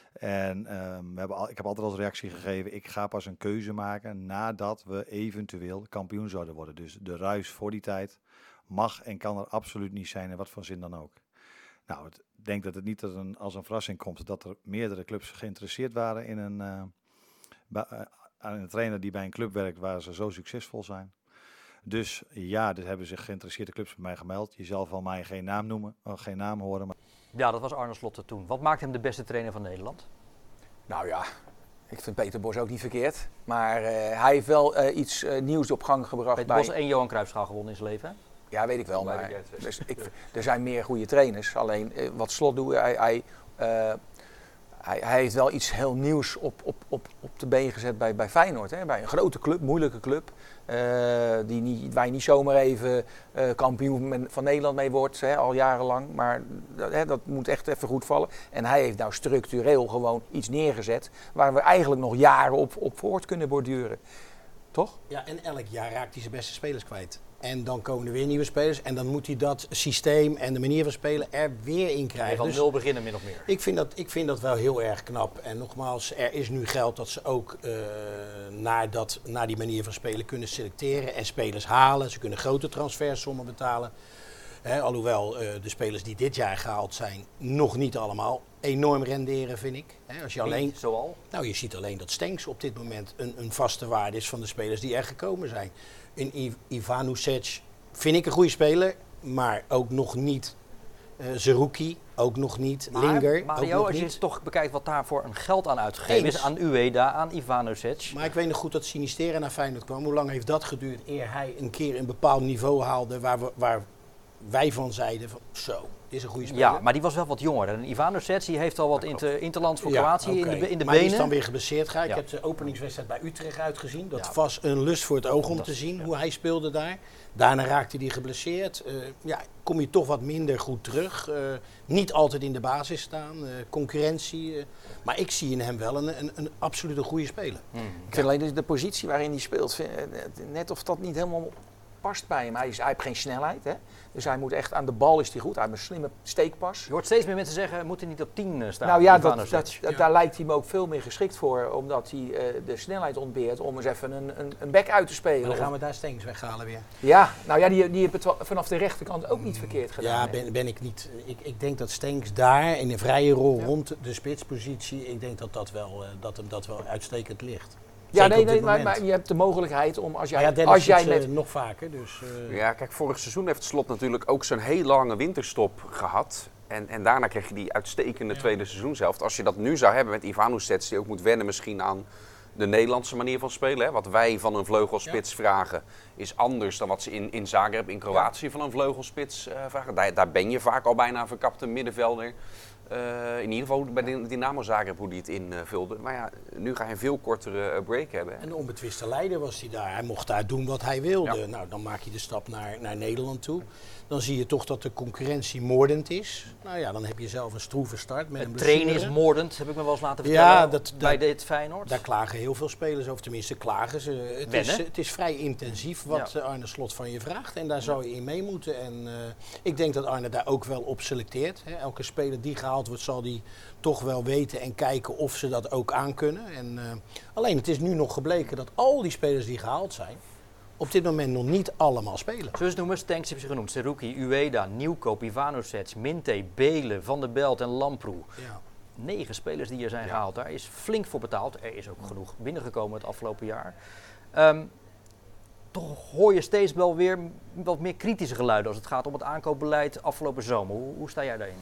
En um, we hebben al, ik heb altijd als reactie gegeven, ik ga pas een keuze maken nadat we eventueel kampioen zouden worden. Dus de ruis voor die tijd mag en kan er absoluut niet zijn in wat voor zin dan ook. Nou, ik denk dat het niet als een, als een verrassing komt dat er meerdere clubs geïnteresseerd waren in een, uh, ba- uh, aan een trainer die bij een club werkt waar ze zo succesvol zijn. Dus ja, er hebben zich geïnteresseerde clubs bij mij gemeld. Je zal van mij geen naam noemen, uh, geen naam horen. Maar... Ja, dat was Arne Slot toen. Wat maakt hem de beste trainer van Nederland? Nou ja, ik vind Peter Bos ook niet verkeerd. Maar uh, hij heeft wel uh, iets uh, nieuws op gang gebracht. Peter bij... Bos één Johan Cruijffschaal gewonnen in zijn leven, hè? Ja, weet ik wel. Maar dus ik, er zijn meer goede trainers. Alleen uh, wat Slot doet, hij, hij, uh, hij, hij heeft wel iets heel nieuws op, op, op, op de been gezet bij, bij Feyenoord. Hè? Bij een grote club, moeilijke club. Uh, die niet, waar je niet zomaar even uh, kampioen van Nederland mee wordt, hè, al jarenlang. Maar hè, dat moet echt even goed vallen. En hij heeft nou structureel gewoon iets neergezet waar we eigenlijk nog jaren op, op voort kunnen borduren. Toch? Ja, en elk jaar raakt hij zijn beste spelers kwijt. En dan komen er weer nieuwe spelers en dan moet hij dat systeem en de manier van spelen er weer in krijgen. Van dus nul beginnen min of meer. Ik vind, dat, ik vind dat wel heel erg knap. En nogmaals, er is nu geld dat ze ook uh, naar, dat, naar die manier van spelen kunnen selecteren en spelers halen. Ze kunnen grote transfersommen betalen. He, alhoewel uh, de spelers die dit jaar gehaald zijn, nog niet allemaal enorm renderen, vind ik. He, als je alleen, zoal? Nou, je ziet alleen dat Stenks op dit moment een, een vaste waarde is van de spelers die er gekomen zijn. In I- Ivanovic vind ik een goede speler, maar ook nog niet. Uh, Zerouki, ook nog niet. Maar, Linger, Mario, ook nog als je niet. toch bekijkt wat daarvoor een geld aan uitgegeven Eens. is, aan Ueda, aan Ivanovic. Maar ik weet nog goed dat Sinistera naar Feyenoord kwam. Hoe lang heeft dat geduurd eer hij een keer een bepaald niveau haalde waar, we, waar wij van zeiden van zo, dit is een goede speler. Ja, maar die was wel wat jonger. En Ivanovic die heeft al wat inter, interlands voor Kroatië ja, okay. in de, in de maar benen. die is dan weer geblesseerd geraakt. Ja. Ik heb de openingswedstrijd bij Utrecht uitgezien. Dat Ja. was een lust voor het oog om Dat te is- zien ja. hoe hij speelde daar. Daarna raakte hij geblesseerd. Uh, ja, kom je toch wat minder goed terug. Uh, niet altijd in de basis staan. Uh, concurrentie. Uh, maar ik zie in hem wel een, een, een absolute goede speler. Hmm. Ik vind alleen de, de positie waarin hij speelt, vind- net of dat niet helemaal past bij hem. Hij, is, hij heeft geen snelheid, hè? Dus hij moet echt aan de bal is hij goed. Hij heeft een slimme steekpas. Je hoort steeds meer mensen zeggen, moet hij niet op tien staan? Nou ja, dat, Ivanovic. dat, dat, daar lijkt hij me ook veel meer geschikt voor, omdat hij uh, de snelheid ontbeert om eens even een, een, een back uit te spelen. Maar dan gaan Of- we daar Stenks weghalen weer. Ja, nou ja, die, die heeft het wel vanaf de rechterkant ook niet verkeerd gedaan. Ja, hè. ben, ben ik niet. Ik, ik denk dat Stenks daar in een vrije rol Ja. rond de spitspositie, ik denk dat dat wel, uh, dat hem dat wel uitstekend ligt. Ja, Zeker nee, op nee dit maar, moment. maar je hebt de mogelijkheid om als jij, Maar ja, Dennis als jij zit, uh, met nog vaker, dus... uh, Ja, kijk, vorig seizoen heeft Slot natuurlijk ook zo'n heel lange winterstop gehad. En, en daarna kreeg je die uitstekende Ja. tweede seizoenshelft. Als je dat nu zou hebben met Ivanovic, die ook moet wennen misschien aan de Nederlandse manier van spelen. Hè. Wat wij van een vleugelspits vragen is anders dan wat ze in, in Zagreb, in Kroatië van een vleugelspits uh, vragen. Daar, daar ben je vaak al bijna een verkapte middenvelder. Uh, in ieder geval bij de Dynamo Zagreb hoe hij het invulde. Maar ja, nu ga je een veel kortere uh, break hebben. En de onbetwiste leider was hij daar. Hij mocht daar doen wat hij wilde. Ja. Nou, dan maak je de stap naar, naar Nederland toe. Dan zie je toch dat de concurrentie moordend is. Nou ja, dan heb je zelf een stroeve start met een Het trainen is blessure. moordend, heb ik me wel eens laten vertellen. Ja, dat, bij dat, dit Feyenoord. daar klagen heel veel spelers over. Tenminste, klagen ze. Het is, Wennen. het is vrij intensief wat Ja. eh, Arne Slot van je vraagt. En daar zou je in mee moeten. En uh, ik denk dat Arne daar ook wel op selecteert. Hè. Elke speler die gehaald wordt, zal die toch wel weten en kijken of ze dat ook aankunnen. En, uh, alleen, het is nu nog gebleken dat al die spelers die gehaald zijn, op dit moment nog niet allemaal spelen. Zullen we het noemen? Stenks heb je genoemd. Zerouki, Ueda, Nieuwkoop, Ivanovic, Minte, Belen, Van der Belt en Lamproe. Ja. Negen spelers die er zijn gehaald. Daar is flink voor betaald. Er is ook genoeg binnengekomen het afgelopen jaar. Um, toch hoor je steeds wel weer wat meer kritische geluiden als het gaat om het aankoopbeleid afgelopen zomer. Hoe, hoe sta jij daarin?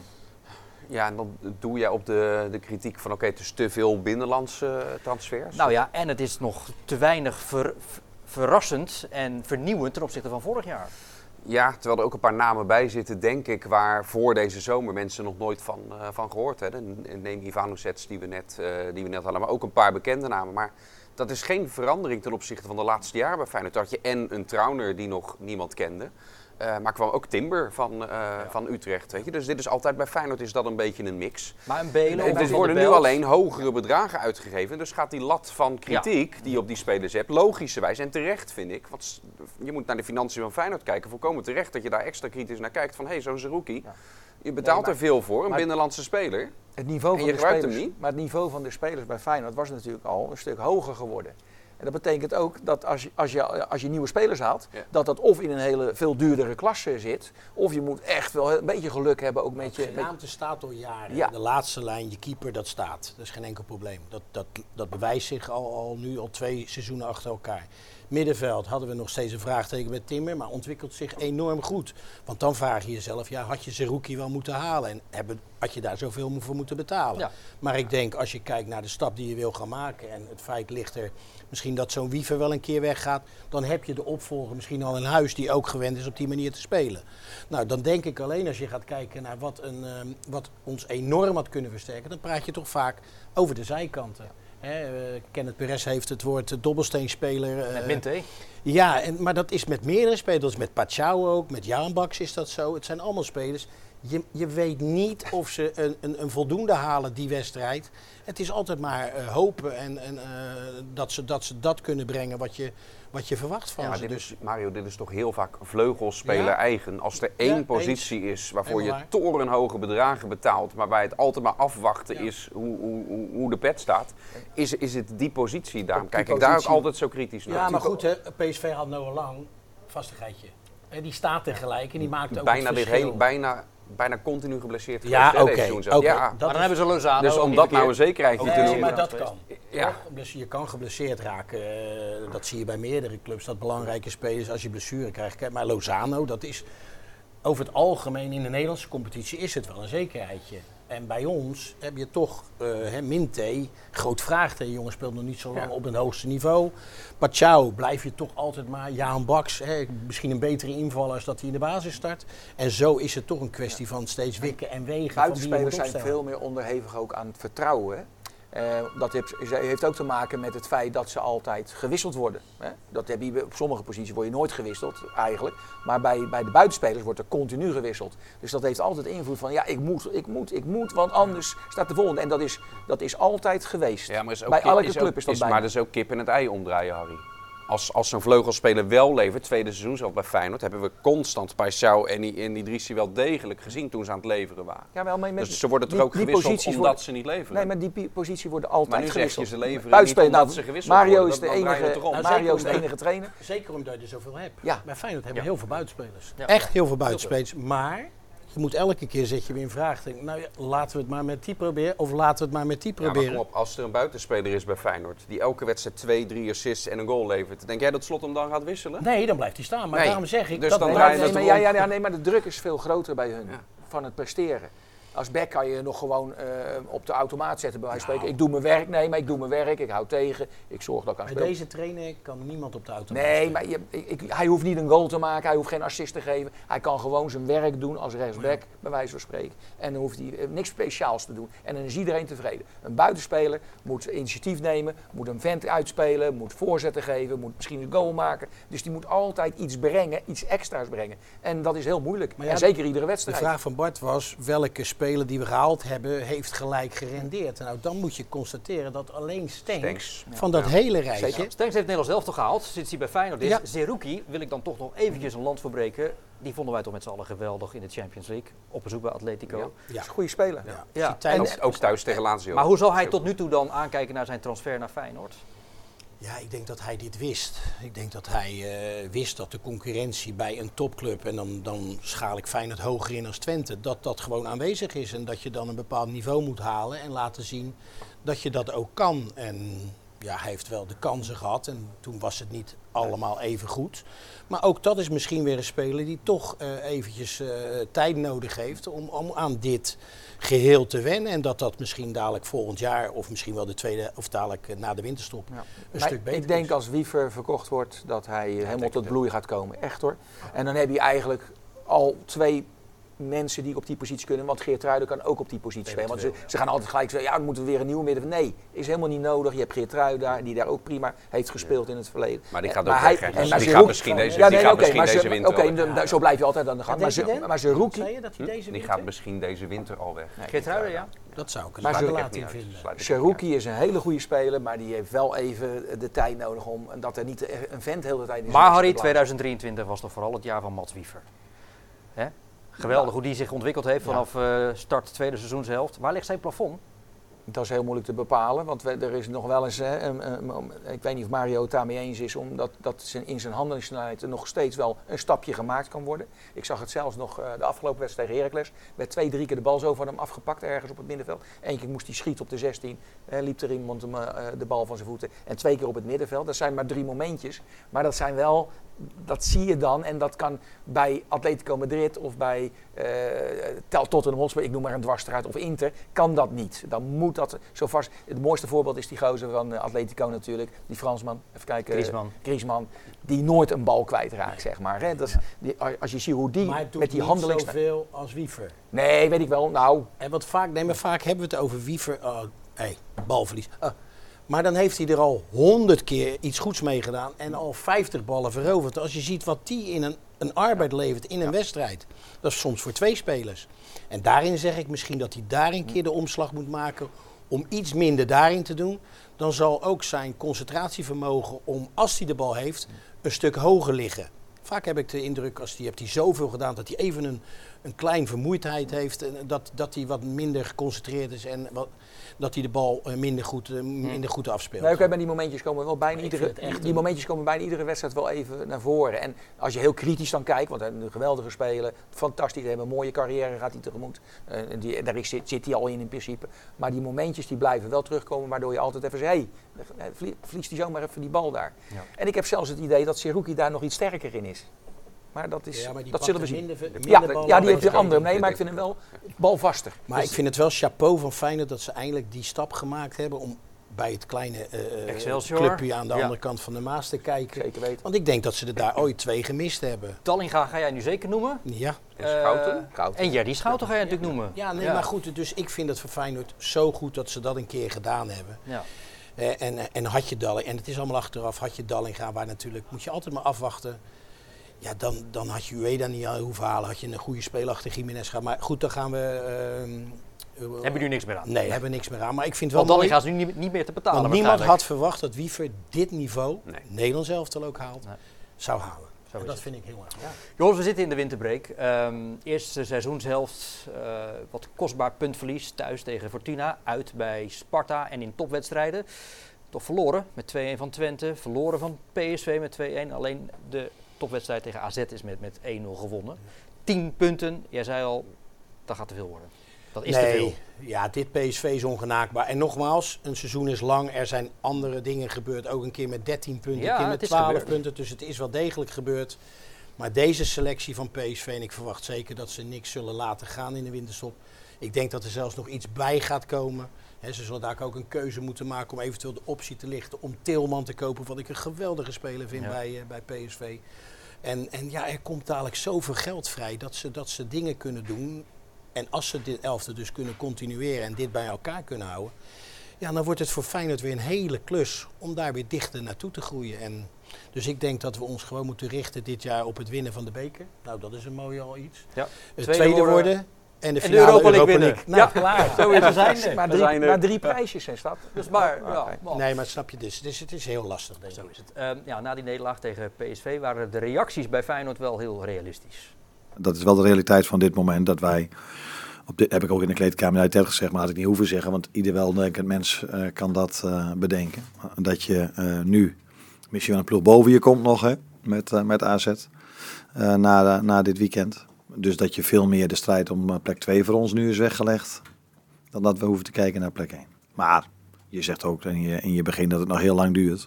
Ja, en dan doe jij op de, de kritiek van oké, het is te veel binnenlandse uh, transfers. Nou ja, en het is nog te weinig ver, ver, verrassend en vernieuwend ten opzichte van vorig jaar. Ja, terwijl er ook een paar namen bij zitten, denk ik, waar voor deze zomer mensen nog nooit van, uh, van gehoord hebben. Neem Ivanovic die we net, uh, die we net hadden, maar ook een paar bekende namen. Maar dat is geen verandering ten opzichte van de laatste jaren bij Feyenoord. Dat je en een Trauner die nog niemand kende. Uh, maar kwam ook Timber van, uh, ja. van Utrecht, weet je. Dus dit is altijd bij Feyenoord is dat een beetje een mix. Maar een Belen en er worden nu alleen hogere bedragen uitgegeven. Dus gaat die lat van kritiek ja. die je op die spelers hebt, logischerwijs en terecht vind ik. Want je moet naar de financiën van Feyenoord kijken. Volkomen terecht dat je daar extra kritisch naar kijkt. Van hé, hey, zo'n Zerouki, ja. je betaalt nee, maar, er veel voor, een binnenlandse speler. Het niveau en van je de gebruikt spelers, hem niet. Maar het niveau van de spelers bij Feyenoord was natuurlijk al een stuk hoger geworden. En dat betekent ook dat als je, als je, als je nieuwe spelers haalt, ja. dat dat of in een hele veel duurdere klasse zit, of je moet echt wel een beetje geluk hebben ook met je... De naamte staat al jaren. Ja. De laatste lijn, je keeper, dat staat. Dat is geen enkel probleem. Dat, dat, dat bewijst zich al, al nu al twee seizoenen achter elkaar. Middenveld hadden we nog steeds een vraagteken met Timmer, maar ontwikkelt zich enorm goed. Want dan vraag je jezelf, ja, had je Zerouki wel moeten halen en hebben, had je daar zoveel voor moeten betalen? Ja. Maar ik denk, als je kijkt naar de stap die je wil gaan maken en het feit ligt er misschien dat zo'n Wiever wel een keer weggaat, dan heb je de opvolger misschien al in huis die ook gewend is op die manier te spelen. Nou, dan denk ik alleen als je gaat kijken naar wat, een, um, wat ons enorm had kunnen versterken, dan praat je toch vaak over de zijkanten. Hè, uh, Kenneth Perez heeft het woord uh, dobbelsteenspeler. Uh, Met Minte. Ja, en, maar dat is met meerdere spelers. Dat is met Pachau ook, met Jan Baks is dat zo. Het zijn allemaal spelers. Je, je weet niet of ze een, een, een voldoende halen die wedstrijd. Het is altijd maar uh, hopen en, en uh, dat, ze, dat ze dat kunnen brengen wat je, wat je verwacht van ja, ze. dit Dus, is, Mario, dit is toch heel vaak vleugelspeler Ja. eigen. Als er één Ja, positie is waarvoor Helemaal je waar. torenhoge bedragen betaalt, maar waar het altijd maar afwachten Ja. is hoe, hoe, hoe, hoe de pet staat, is, is het die positie. Daarom Op die kijk ik daar ook positie. altijd zo kritisch naar. ja, maar goed, hè, P S V had Noah Lang, vastigheidje. Hè, die staat er gelijk en die maakt ook bijna, het dit verschil. heel, bijna, bijna continu geblesseerd Ja, geweest, hè, oké, deze seizoen zelf. oké. Ja. Dat Maar dan is- hebben ze Lozano. Dus ook om niet dat een keer- nou een zekerheidje ook te niet Nee, noemen. maar geweest. dat kan. Ja. Toch? Dus je kan geblesseerd raken. Uh, dat zie je bij meerdere clubs. Dat belangrijke spelers als je blessure krijgt. Kijk, maar Lozano, dat is over het algemeen in de Nederlandse competitie is het wel een zekerheidje. En bij ons heb je toch uh, hè, Minte, groot vraagteken. Jongen speelt nog niet zo lang Ja. op een hoogste niveau. Pachau blijf je toch altijd maar. Jaan Baks, hè, misschien een betere invaller als dat hij in de basis start. En zo is het toch een kwestie van steeds wikken en wegen. van wie je moet Buitenspelers zijn opstellen. veel meer onderhevig ook aan het vertrouwen. Hè? Uh, dat heeft, heeft ook te maken met het feit dat ze altijd gewisseld worden. Hè? Dat heb je, op sommige posities word je nooit gewisseld eigenlijk. Maar bij, bij de buitenspelers wordt er continu gewisseld. Dus dat heeft altijd invloed van ja, ik moet, ik moet, ik moet, want anders staat de volgende. En dat is, dat is altijd geweest. Ja, maar is ook bij kip- elke is club ook- is dat is, bijna. Maar dat is ook kip en het ei omdraaien, Harry. Als, als zo'n vleugelspeler wel levert, tweede seizoen zelf bij Feyenoord, hebben we constant Paixão en die, en die Idrissi wel degelijk gezien toen ze aan het leveren waren. Ja, wel, maar met Dus ze worden toch die- ook die gewisseld posities omdat worden- ze niet leveren? Nee, maar die pi- positie worden altijd Maar nu zeg je gewisseld. ze leveren Buitenspeler, niet omdat nou, ze gewisseld Mario worden, is de dan- dan draai je enige, het toch om. Nou, Mario is zeker de omdat- enige trainer. Zeker omdat je er zoveel hebt. Ja. Bij Feyenoord hebben we Ja. heel veel buitenspelers. Ja. Echt heel veel buitenspelers. Maar je moet elke keer zet je weer in vraag. Denk, nou ja, laten we het maar met die proberen. Of laten we het maar met die Ja, maar proberen. kom op, als er een buitenspeler is bij Feyenoord die elke wedstrijd twee, drie assists en een goal levert, denk jij dat Slot hem dan gaat wisselen? Nee, dan blijft hij staan. Maar Nee. daarom zeg ik. Dus dat dan Nee, draai maar, je nee, het maar, ja, erom. ja, ja, nee, maar de druk is veel groter bij hun Ja. van het presteren. Als back kan je nog gewoon eh, op de automaat zetten bij wijze van Nou. spreken. Ik doe mijn werk, nee, maar ik doe mijn werk, ik hou tegen, ik zorg dat ik aan Bij speel. deze trainer kan niemand op de auto. Nee, maar je, ik, ik- hij hoeft niet een goal te maken, hij hoeft geen assist te geven. Hij kan gewoon zijn werk doen als rechtsback, bij wijze van spreken. En dan hoeft hij eh, niks speciaals te doen. En dan is iedereen tevreden. Een buitenspeler moet initiatief nemen, moet een vent uitspelen, moet voorzetten geven, moet misschien een goal maken. Dus die moet altijd iets brengen, iets extra's brengen. En dat is heel moeilijk. Maar ja, en zeker iedere De wedstrijd. vraag van Bart was welke speler die we gehaald hebben heeft gelijk gerendeerd. En nou, dan moet je constateren dat alleen Stenks, Stenks, van dat hele rijtje. Zeker. Stenks heeft het Nederlands elftal gehaald, sinds hij bij Feyenoord is. Ja. Zerouki wil ik dan toch nog eventjes een land verbreken. Die vonden wij toch met z'n allen geweldig in de Champions League. Op bezoek bij Atletico. Ja. Dat Ja. is een goede speler. Ja. Ja. Die tijd- En ook thuis tegen Lazio. Maar hoe zal hij tot nu toe dan aankijken naar zijn transfer naar Feyenoord? Ja, ik denk dat hij dit wist. Ik denk dat hij eh, wist dat de concurrentie bij een topclub, en dan, dan schaal ik Feyenoord hoger in als Twente, dat dat gewoon aanwezig is. En dat je dan een bepaald niveau moet halen en laten zien dat je dat ook kan. En ja, hij heeft wel de kansen gehad en toen was het niet allemaal even goed. Maar ook dat is misschien weer een speler die toch eh, eventjes eh, tijd nodig heeft om, om aan dit geheel te wennen. En dat dat misschien dadelijk volgend jaar of misschien wel de tweede of dadelijk eh, na de winterstop Ja. een Maar stuk beter ik denk is. als Wiever verkocht wordt dat hij eh, helemaal denk tot het bloei gaat komen. Echt hoor. En dan heb je eigenlijk al twee mensen die op die positie kunnen. Want Geertruiden kan ook op die positie spelen. Want ze, ze gaan altijd gelijk zeggen, ja, we moeten weer een nieuwe midden. Nee, is helemaal niet nodig. Je hebt Geertruiden daar, die daar ook prima heeft gespeeld in het verleden. Maar die gaat Maar ook hij- weg, hè. en Dus maar die ze gaat roep- misschien deze- Ja, die nee, gaat oké, misschien maar deze ze- winter Oké, al weg. dan- dan- zo blijf je altijd aan de gang. Ja, Maar denk je ze, dat? maar ze rookie... Zei je dat hij deze Die winter? gaat misschien deze winter al weg. Geertruiden, ja. Dat zou ik een Maar zwarte ze- laat in vinden. Cherokee is een hele goede speler, maar die heeft wel even de tijd nodig om en dat er niet een vent heel de tijd in zijn Maar neus Harry, te blazen. tweeduizend drieëntwintig was toch vooral het jaar van Mats Wiever. Hè? Geweldig hoe die zich ontwikkeld heeft vanaf eh, start tweede seizoenshelft. Waar ligt zijn plafond? Dat is heel moeilijk te bepalen, want we, er is nog wel eens, hè, een, een, een, ik weet niet of Mario het daarmee eens is, omdat dat zijn, in zijn handelingssnelheid er nog steeds wel een stapje gemaakt kan worden. Ik zag het zelfs nog uh, de afgelopen wedstrijd tegen Heracles, werd twee, drie keer de bal zo van hem afgepakt ergens op het middenveld. Eén keer moest hij schieten op de zestien, hè, liep er iemand hem, uh, de bal van zijn voeten en twee keer op het middenveld. Dat zijn maar drie momentjes, maar dat zijn wel, dat zie je dan en dat kan bij Atletico Madrid of bij uh, Tottenham Hotspur, ik noem maar een dwarsstraat of Inter, kan dat niet. Dan moet dat zo vast. Het mooiste voorbeeld is die gozer van uh, Atletico natuurlijk, die Fransman, even kijken, Griezmann. Griezmann, die nooit een bal kwijtraakt, zeg maar. Hè? Dat is, die, als je ziet hoe die Maar hij doet met die niet handelingen. zoveel als Wiever. Nee, weet ik wel. Nou, En wat vaak, nee, maar vaak hebben we het over Wiever. Oh, hey, balverlies. Uh, maar dan heeft hij er al honderd keer iets goeds mee gedaan en al vijftig ballen veroverd. Als je ziet wat die in een, een arbeid levert in een ja. wedstrijd, dat is soms voor twee spelers. En daarin zeg ik misschien dat hij daar een keer de omslag moet maken om iets minder daarin te doen. Dan zal ook zijn concentratievermogen om, als hij de bal heeft, een stuk hoger liggen. Vaak heb ik de indruk, als die, heeft hij zoveel gedaan, dat hij even een, een klein vermoeidheid heeft. En dat, dat hij wat minder geconcentreerd is en wat, dat hij de bal minder goed, minder goed afspeelt. Nee, okay, maar die momentjes komen wel bijna Maar iedere, die, die momentjes komen bijna iedere wedstrijd wel even naar voren. En als je heel kritisch dan kijkt, want hij heeft een geweldige speler, fantastisch, hij heeft een mooie carrière, gaat hij tegemoet. Uh, die, daar is, zit, zit hij al in in principe. Maar die momentjes die blijven wel terugkomen, waardoor je altijd even zegt, hé, hey, verliest hij zomaar even die bal daar. Ja. En ik heb zelfs het idee dat Seruki daar nog iets sterker in is. Maar dat, is, ja, maar dat zullen we zien. Minder, minder ja, ja, die heeft de andere. Nee, maar ik vind hem wel balvaster. Maar dus ik vind het wel chapeau van Feyenoord dat ze eindelijk die stap gemaakt hebben om bij het kleine uh, clubje aan de ja. andere kant van de Maas te kijken. Zeker weten. Want ik denk dat ze er daar ooit twee gemist hebben. Dallinga ga jij nu zeker noemen. Ja. En Schouten. Uh, Schouten. En Jerry Schouten ga je natuurlijk ja. noemen. Ja, nee, ja. maar goed. Dus ik vind het voor Feyenoord zo goed dat ze dat een keer gedaan hebben. Ja. Uh, en, en had je Dallinga, en het is allemaal achteraf, had je Dallinga, waar natuurlijk, moet je altijd maar afwachten. Ja, dan, dan had je Ueda niet hoeven halen, had je een goede speler achter Jiménez gehad. Maar goed, dan gaan we... Uh, uh, hebben nu niks meer aan? Nee, hebben we niks meer aan. Maar ik vind wel Want mooi... Dan gaan ze nu niet, niet meer te betalen. Want niemand had verwacht dat Wiever dit niveau, nee. Nederlands elftal ook haalt, nee. zou halen. Zo en dat het. vind ik heel erg. Ja. Jongens, we zitten in de winterbreak. Um, eerste seizoenshelft, uh, wat kostbaar puntverlies thuis tegen Fortuna. Uit bij Sparta en in topwedstrijden. Toch verloren met twee-een van Twente. Verloren van P S V met twee-een. Alleen de topwedstrijd tegen A Z is met, met één nul gewonnen. Tien punten, jij zei al, dat gaat te veel worden. Dat is nee, te veel. Ja, dit P S V is ongenaakbaar. En nogmaals, een seizoen is lang. Er zijn andere dingen gebeurd. Ook een keer met dertien punten, ja, een keer met twaalf punten. Dus het is wel degelijk gebeurd. Maar deze selectie van P S V, en ik verwacht zeker dat ze niks zullen laten gaan in de winterstop. Ik denk dat er zelfs nog iets bij gaat komen. He, ze zullen daar ook een keuze moeten maken om eventueel de optie te lichten om Tilman te kopen. Wat ik een geweldige speler vind ja. bij, uh, bij P S V. En, en ja, er komt dadelijk zoveel geld vrij dat ze, dat ze dingen kunnen doen. En als ze dit elfde dus kunnen continueren en dit bij elkaar kunnen houden. Ja, dan wordt het voor Feyenoord weer een hele klus om daar weer dichter naartoe te groeien. En dus ik denk dat we ons gewoon moeten richten dit jaar op het winnen van de beker. Nou, dat is een mooi al iets. Ja. Het tweede, tweede worden. worden En de, en de Europa League winnen. Nou, ja, klaar. Zo is het zijn. Maar drie, maar drie prijsjes zijn dat. Dus maar, ja, ja, okay. Nee, maar snap je dus. Dus het is heel lastig, denk ik. Zo is het. Um, ja, na die nederlaag tegen P S V waren de reacties bij Feyenoord wel heel realistisch. Dat is wel de realiteit van dit moment, dat wij... Op dit heb ik ook in de kleedkamer uit gezegd, maar had ik niet hoeven zeggen, want ieder weldenkend mens uh, kan dat uh, bedenken. Dat je uh, nu misschien wel een ploeg boven je komt nog, hè, met, uh, met A Z, uh, na, uh, na dit weekend. Dus dat je veel meer de strijd om uh, plek twee voor ons nu is weggelegd, dan dat we hoeven te kijken naar plek één. Maar je zegt ook in je, in je begin dat het nog heel lang duurt.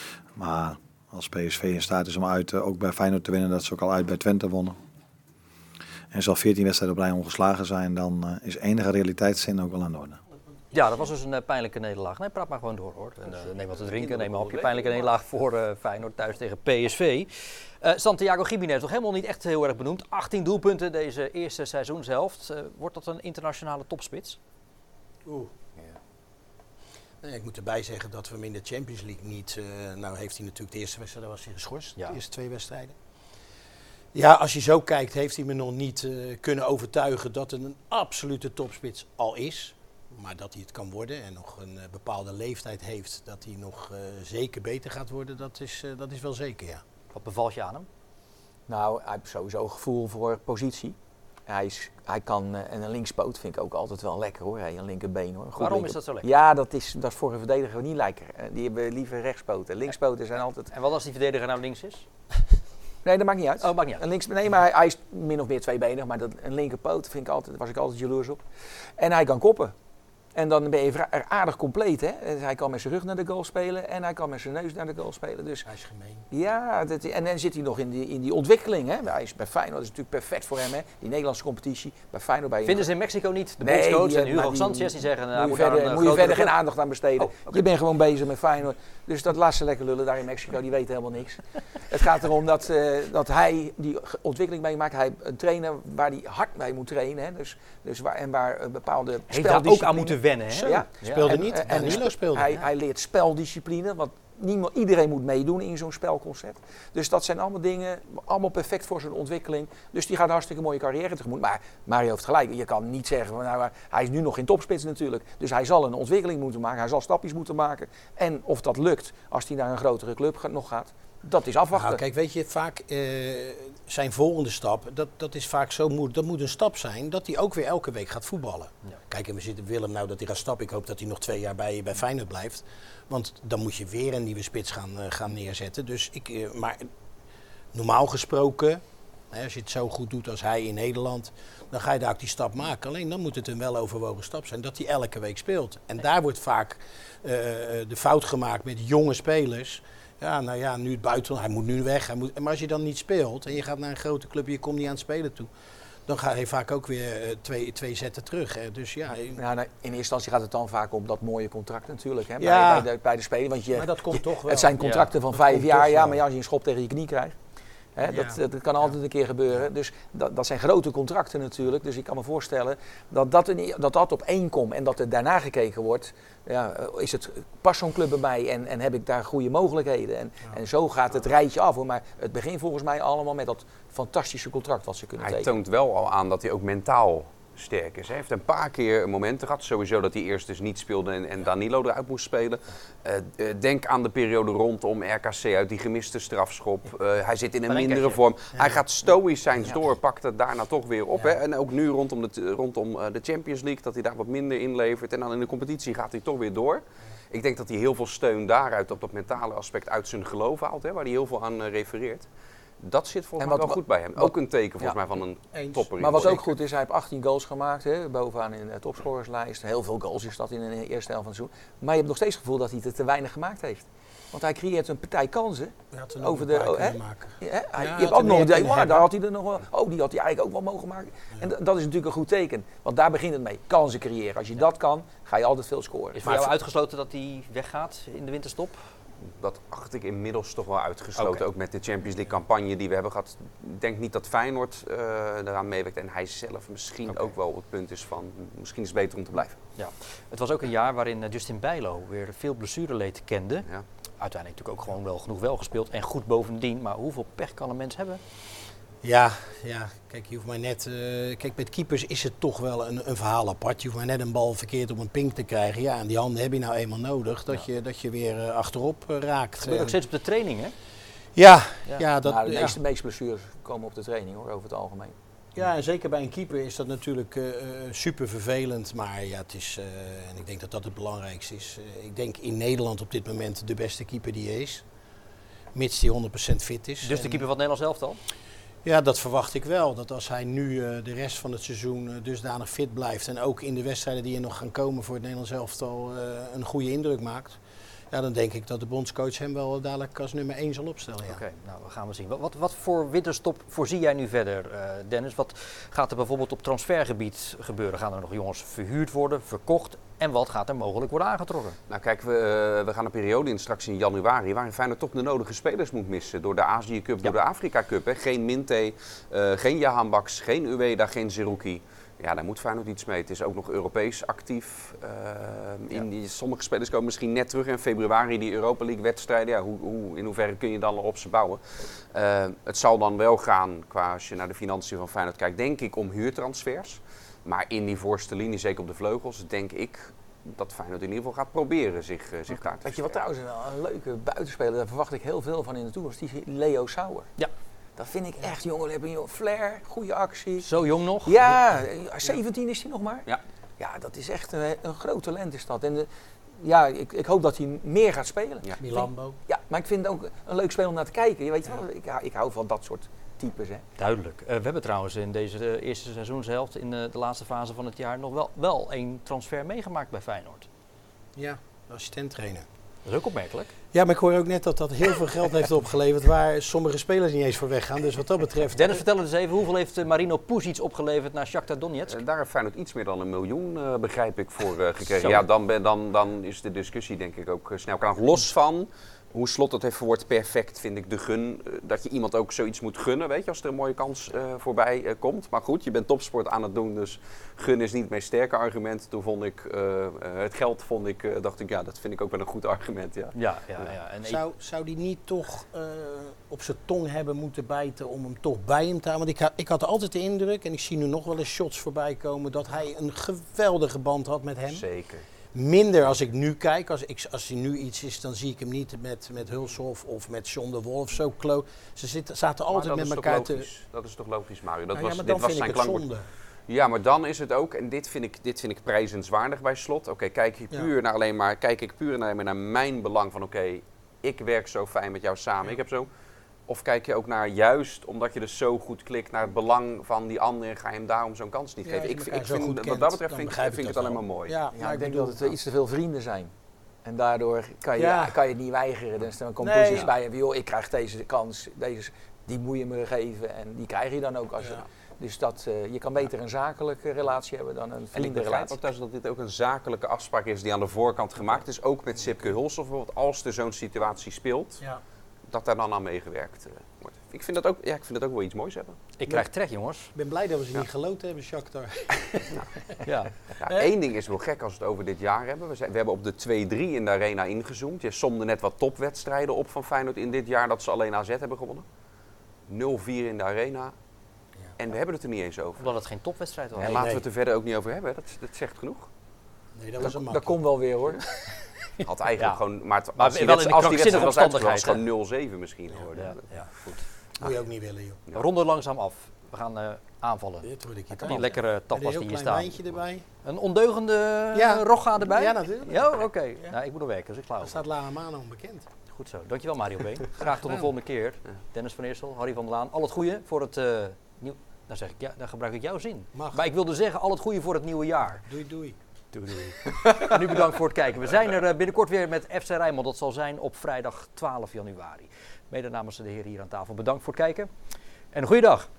Maar als P S V in staat is om uit, uh, ook bij Feyenoord te winnen, dat ze ook al uit bij Twente wonnen. En zal veertien wedstrijden op rij ongeslagen zijn, dan uh, is enige realiteitszin ook wel aan de orde. Ja, dat was dus een uh, pijnlijke nederlaag. Nee, praat maar gewoon door hoor. En, uh, neem wat te drinken, neem een hapje. Pijnlijke nederlaag voor uh, Feyenoord thuis tegen P S V. Uh, Santiago Giménez, nog helemaal niet echt heel erg benoemd. achttien doelpunten deze eerste seizoenshelft. Uh, wordt dat een internationale topspits? Oeh. Ja. Nee, ik moet erbij zeggen dat we hem in de Champions League niet... Uh, nou heeft hij natuurlijk de eerste wedstrijd, daar was hij geschorst. Ja. De eerste twee wedstrijden. Ja, als je zo kijkt, heeft hij me nog niet uh, kunnen overtuigen dat het een absolute topspits al is. Maar dat hij het kan worden en nog een uh, bepaalde leeftijd heeft, dat hij nog uh, zeker beter gaat worden, dat is, uh, dat is wel zeker, ja. Wat bevalt je aan hem? Nou, hij heeft sowieso gevoel voor positie. hij, is, hij kan, uh, en een linkspoot vind ik ook altijd wel lekker hoor, hey, een linkerbeen hoor. Goed Waarom linker... is dat zo lekker? Ja, dat is, dat is voor een verdediger niet lekker. Uh, die hebben liever rechtspoten. Linkspoten zijn altijd... En wat als die verdediger nou links is? Nee, dat maakt niet uit. Oh, maakt niet uit. Een links, nee, maar hij, hij is min of meer tweebenig, maar dat, een linkerpoot vind ik altijd, was ik altijd jaloers op. En hij kan koppen. En dan ben je er aardig compleet, hè. Hij kan met zijn rug naar de goal spelen en hij kan met zijn neus naar de goal spelen. Dus, Hij is gemeen. ja, dat, en dan zit hij nog in die, in die ontwikkeling, hè. Hij is bij Feyenoord, dat is natuurlijk perfect voor hem, hè. Die Nederlandse competitie, bij Feyenoord bij... Vinden ze in Mexico niet? De Nee, bondscoach die, en maar Hugo die- Sanchez die zeggen... nou, Moet je moet daar verder, een, moet je grotere verder geen club- aandacht aan besteden. Oh, oké. Je bent gewoon bezig met Feyenoord. Dus dat laat ze lekker lullen daar in Mexico, die weten helemaal niks. Het gaat erom dat, uh, dat hij die ontwikkeling meemaakt. Hij een trainer waar hij hard mee moet trainen. Hè. Dus, dus waar, en waar uh, bepaalde Heeft daar ook speldiscipline- aan moeten wennen, hè? Zo, Ja. speelde En- niet. en- En, en Danilo speelde. Hij, Ja. hij leert speldiscipline, want niemand, iedereen moet meedoen in zo'n spelconcept. Dus dat zijn allemaal dingen, allemaal perfect voor zijn ontwikkeling. Dus die gaat een hartstikke mooie carrière tegemoet. Maar Mario heeft gelijk, je kan niet zeggen, van, nou, hij is nu nog geen topspits natuurlijk. Dus hij zal een ontwikkeling moeten maken, hij zal stapjes moeten maken. En of dat lukt, als hij naar een grotere club gaat, nog gaat, dat is afwachten. Nou, kijk, weet je, vaak eh, zijn volgende stap, dat, dat is vaak zo moeilijk. Dat moet een stap zijn dat hij ook weer elke week gaat voetballen. Ja. Kijk, en we zitten Willem nou dat hij gaat stappen. Ik hoop dat hij nog twee jaar bij, bij Feyenoord blijft. Want dan moet je weer een nieuwe spits gaan, uh, gaan neerzetten. Dus ik, uh, maar normaal gesproken, hè, als je het zo goed doet als hij in Nederland, dan ga je daar ook die stap maken. Alleen dan moet het een weloverwogen stap zijn dat hij elke week speelt. En daar wordt vaak uh, de fout gemaakt met jonge spelers. Ja, nou ja, nu het buitenland, hij moet nu weg. Hij moet, maar als je dan niet speelt en je gaat naar een grote club en je komt niet aan het spelen toe, dan ga je vaak ook weer uh, twee, twee zetten terug. Hè. Dus ja, Ja, nou, in eerste instantie gaat het dan vaak om dat mooie contract natuurlijk, hè, Ja. bij, bij, de, bij de speler. Want je, maar dat komt je- toch wel. het zijn contracten Ja, van dat vijf komt jaar, toch ja, wel. maar ja, als je een schop tegen je knie krijgt, hè, Ja. dat, dat kan altijd een keer gebeuren. Dus dat, dat zijn grote contracten natuurlijk. Dus ik kan me voorstellen dat dat, een, dat, dat op één komt en dat er daarna gekeken wordt. Ja, is het, past zo'n club bij mij en, en heb ik daar goede mogelijkheden? En, Ja. en zo gaat het rijtje af hoor. Maar het begint volgens mij allemaal met dat fantastische contract wat ze kunnen Hij tekenen. toont wel al aan dat hij ook mentaal sterk is. Hij heeft een paar keer momenten gehad. Sowieso dat hij eerst dus niet speelde en, en Danilo eruit moest spelen. Uh, uh, denk aan de periode rondom R K C uit die gemiste strafschop. Uh, hij zit in een Een mindere enkele. vorm. Ja. Hij gaat stoïcijns Ja. door, pakt het daarna toch weer op. Ja. Hè? En ook nu rondom, de, rondom uh, de Champions League, dat hij daar wat minder inlevert. En dan in de competitie gaat hij toch weer door. Ik denk dat hij heel veel steun daaruit op dat mentale aspect uit zijn geloof haalt. Hè? Waar hij heel veel aan uh, refereert. Dat zit volgens En mij wat- wel goed bij hem. wat- Ook een teken volgens Ja. mij van een Eens. topper. in Maar wat de ook zeker. goed is, hij heeft achttien goals gemaakt, hè, bovenaan in de topscorerslijst. Heel veel goals is dat in de eerste helft van het seizoen. Maar je hebt nog steeds het gevoel dat hij het te weinig gemaakt heeft. Want hij creëert een partij kansen. Hij had er over over de- de, oh, kunnen hè? maken. Ja, hij, had je er hebt ook nog meer een idee, kunnen maar hebben. daar had hij er nog wel. Oh, die had hij eigenlijk ook wel mogen maken. En d- dat is natuurlijk een goed teken. Want daar begint het mee. Kansen creëren. Als je dat kan, ga je altijd veel scoren. Is voor jou uitgesloten dat hij weggaat in de winterstop? Dat acht ik inmiddels toch wel uitgesloten. Oké. Ook met de Champions League campagne die we hebben gehad. Ik denk niet dat Feyenoord uh, eraan meewerkt. En hij zelf misschien Oké. ook wel op het punt is van, misschien is het beter om te blijven. Ja. Het was ook een jaar waarin eh, Justin Bijlo weer veel blessureleed kende. Ja. Uiteindelijk natuurlijk ook gewoon wel genoeg wel gespeeld en goed bovendien. Maar hoeveel pech kan een mens hebben? Ja, ja, kijk, je hoeft maar net. Uh, kijk, met keepers is het toch wel een, een verhaal apart. Je hoeft maar net een bal verkeerd op een pink te krijgen. Ja, en die handen heb je nou eenmaal nodig dat, Ja. je, dat je weer uh, achterop uh, raakt. Het gebeurt ook En- steeds op de training, hè? ja, Ja. ja, dat, Nou, de ja. meeste, meeste blessures komen op de training hoor, over het algemeen. ja, en zeker bij een keeper is dat natuurlijk uh, super vervelend. Maar ja, het is, uh, en ik denk dat dat het belangrijkste is. Uh, ik denk in Nederland op dit moment de beste keeper die er is. Mits die honderd procent fit is. Dus de En- keeper van het Nederlands elftal? Ja, dat verwacht ik wel. Dat als hij nu uh, de rest van het seizoen uh, dusdanig fit blijft en ook in de wedstrijden die er nog gaan komen voor het Nederlands elftal uh, een goede indruk maakt. Ja, dan denk ik dat de bondscoach hem wel dadelijk als nummer één zal opstellen. Ja. Oké, nou we gaan we zien. Wat, wat, wat voor winterstop voorzie jij nu verder, uh, Dennis? Wat gaat er bijvoorbeeld op transfergebied gebeuren? Gaan er nog jongens verhuurd worden, verkocht? En wat gaat er mogelijk worden aangetrokken? Nou kijk, we, uh, we gaan een periode in straks in januari waarin Feyenoord toch de nodige spelers moet missen. Door de Azië Cup, Ja. door de Afrika Cup. Hè. Geen Minte, uh, geen Jahan Baks, geen Ueda, geen Zerouki. Ja, daar moet Feyenoord iets mee. Het is ook nog Europees actief. Uh, in Ja. die, sommige spelers komen misschien net terug in februari, die Europa League wedstrijden. Ja, hoe, hoe, in hoeverre kun je dan al op ze bouwen? Uh, het zal dan wel gaan, qua als je naar de financiën van Feyenoord kijkt, denk ik om huurtransfers. Maar in die voorste linie, zeker op de vleugels, denk ik dat Feyenoord in ieder geval gaat proberen zich, uh, zich daar te Weet je wat versterken. trouwens wel een leuke buitenspeler, daar verwacht ik heel veel van in de toekomst, die is Leo Sauer. Ja. Dat vind ik echt, jongen. Hebben een flair, goede actie. Zo jong nog? Ja, zeventien is hij nog maar. Ja. Ja, dat is echt een, een groot talent is dat. En de, ja, ik, ik hoop dat hij meer gaat spelen. Ja. Milambo. Ja, maar ik vind het ook een leuk spel om naar te kijken. Je weet wel, ik, hou- ik hou van dat soort types. Hè. Duidelijk. Uh, we hebben trouwens in deze uh, eerste seizoenshelft, in uh, de laatste fase van het jaar, nog wel, wel een transfer meegemaakt bij Feyenoord. Ja, assistent-trainer. Dat is ook opmerkelijk. Ja, maar ik hoor ook net dat dat heel veel geld heeft opgeleverd waar sommige spelers niet eens voor weggaan. Dus wat dat betreft... Dennis, vertel eens even, hoeveel heeft uh, Marino Pusic opgeleverd naar Shakhtar Donetsk? Uh, daar heeft Feyenoord iets meer dan een miljoen, uh, begrijp ik, voor uh, gekregen. Zo. Ja, dan, ben, dan, dan is de discussie denk ik ook uh, snel klaar. Los van hoe Slot het heeft verwoord, perfect vind ik de gun. Uh, dat je iemand ook zoiets moet gunnen, weet je, als er een mooie kans uh, voorbij uh, komt. Maar goed, je bent topsport aan het doen, dus gun is niet het meest sterke argument. Toen vond ik, uh, uh, het geld vond ik, uh, dacht ik, ja, dat vind ik ook wel een goed argument, ja. Ja, ja, ja. En Zou, zou die niet toch uh, op zijn tong hebben moeten bijten om hem toch bij hem te houden? Want ik, ha- ik had altijd de indruk, en ik zie nu nog wel eens shots voorbij komen, dat hij een geweldige band had met hem. Zeker. Minder als ik nu kijk. Als, ik, als hij nu iets is, dan zie ik hem niet met, met Hulshoff of met John de Wolf zo close. Ze zitten, zaten Maar altijd dat met is elkaar toch te... logisch? Dat is toch logisch, Mario? Dat Nou was, ja, maar dit dan was vind zijn ik het klankwoord. zonde. Ja, maar dan is het ook, en dit vind ik, dit vind ik prijzenswaardig bij Slot. Oké, okay, kijk je puur Ja. naar alleen maar, kijk ik puur naar, naar mijn belang van oké, okay, ik werk zo fijn met jou samen, Ja. ik heb zo. Of kijk je ook naar juist, omdat je dus zo goed klikt, naar het belang van die ander en ga je hem daarom zo'n kans niet Ja, geven. als je Ik, elkaar ik zo vind, goed wat kent, dat betreft dan vind, ik- begrijp vind ik ik het dat alleen maar wel. mooi. Ja, Ja, maar ik denk bedoel, dat het iets te veel vrienden zijn. En daardoor kan je, Ja. kan je het niet weigeren. Dus dan komt Nee. Pusic bij en joh, ik krijg deze kans, deze, die moet je me geven. En die krijg je dan ook. Als je, Ja. dus dat, uh, je kan beter een zakelijke relatie hebben dan een En ik begrijp vriendenrelatie. ook thuis dat dit ook een zakelijke afspraak is die aan de voorkant gemaakt is. Ook met Sipke Hulshoff bijvoorbeeld, als er zo'n situatie speelt, Ja. dat daar dan aan meegewerkt uh, wordt. Ik vind, dat ook, ja, ik vind dat ook wel iets moois hebben. Ik krijg trek, jongens. Ik ben blij dat we ze niet geloot hebben, Shakhtar. Ja. Ja, Eh? één ding is wel gek als we het over dit jaar hebben. We, zijn, we hebben op de twee drie in de arena ingezoomd. Je somde net wat topwedstrijden op van Feyenoord in dit jaar dat ze alleen A Z hebben gewonnen. nul vier in de arena. Ja. En we hebben het er niet eens over. Omdat het geen topwedstrijd was. En Nee, laten nee. we het er verder ook niet over hebben. Dat, dat zegt genoeg. Nee, dat was een Dat makkie. komt wel weer hoor. Had eigenlijk Ja. gewoon. Maar, het- Maar als die, wel wedstrijd- in de als die wedstrijd was krankzinnige uitgespeeld, was het gewoon omstandigheid, nul zeven misschien geworden. Ja, ja, goed. Moet je ook niet willen, joh. We ronden langzaam af. We gaan uh, aanvallen. Dit word ik Die lekkere tapas een die heel hier klein staan. wijntje erbij. Een ondeugende Ja. rogga erbij? Ja, natuurlijk. Ja, oké. Okay. Ja. Nou, ik moet nog werken, dus ik Daar geloof. staat La Mano onbekend. Goed zo. Dankjewel Mario Been. Graag tot de volgende keer. Dennis van Eersel, Harry van der Laan. Al het goede voor het uh, nieuw... Dan zeg ik, ja, dan gebruik ik jouw zin. Mag. Maar ik wilde zeggen, al het goede voor het nieuwe jaar. Doei, doei. Doei, doei. En nu bedankt voor het kijken. We zijn er uh, binnenkort weer met F C Rijnmond. Dat zal zijn op vrijdag twaalf januari. Mede namens de heren hier aan tafel. Bedankt voor het kijken. En een goede dag.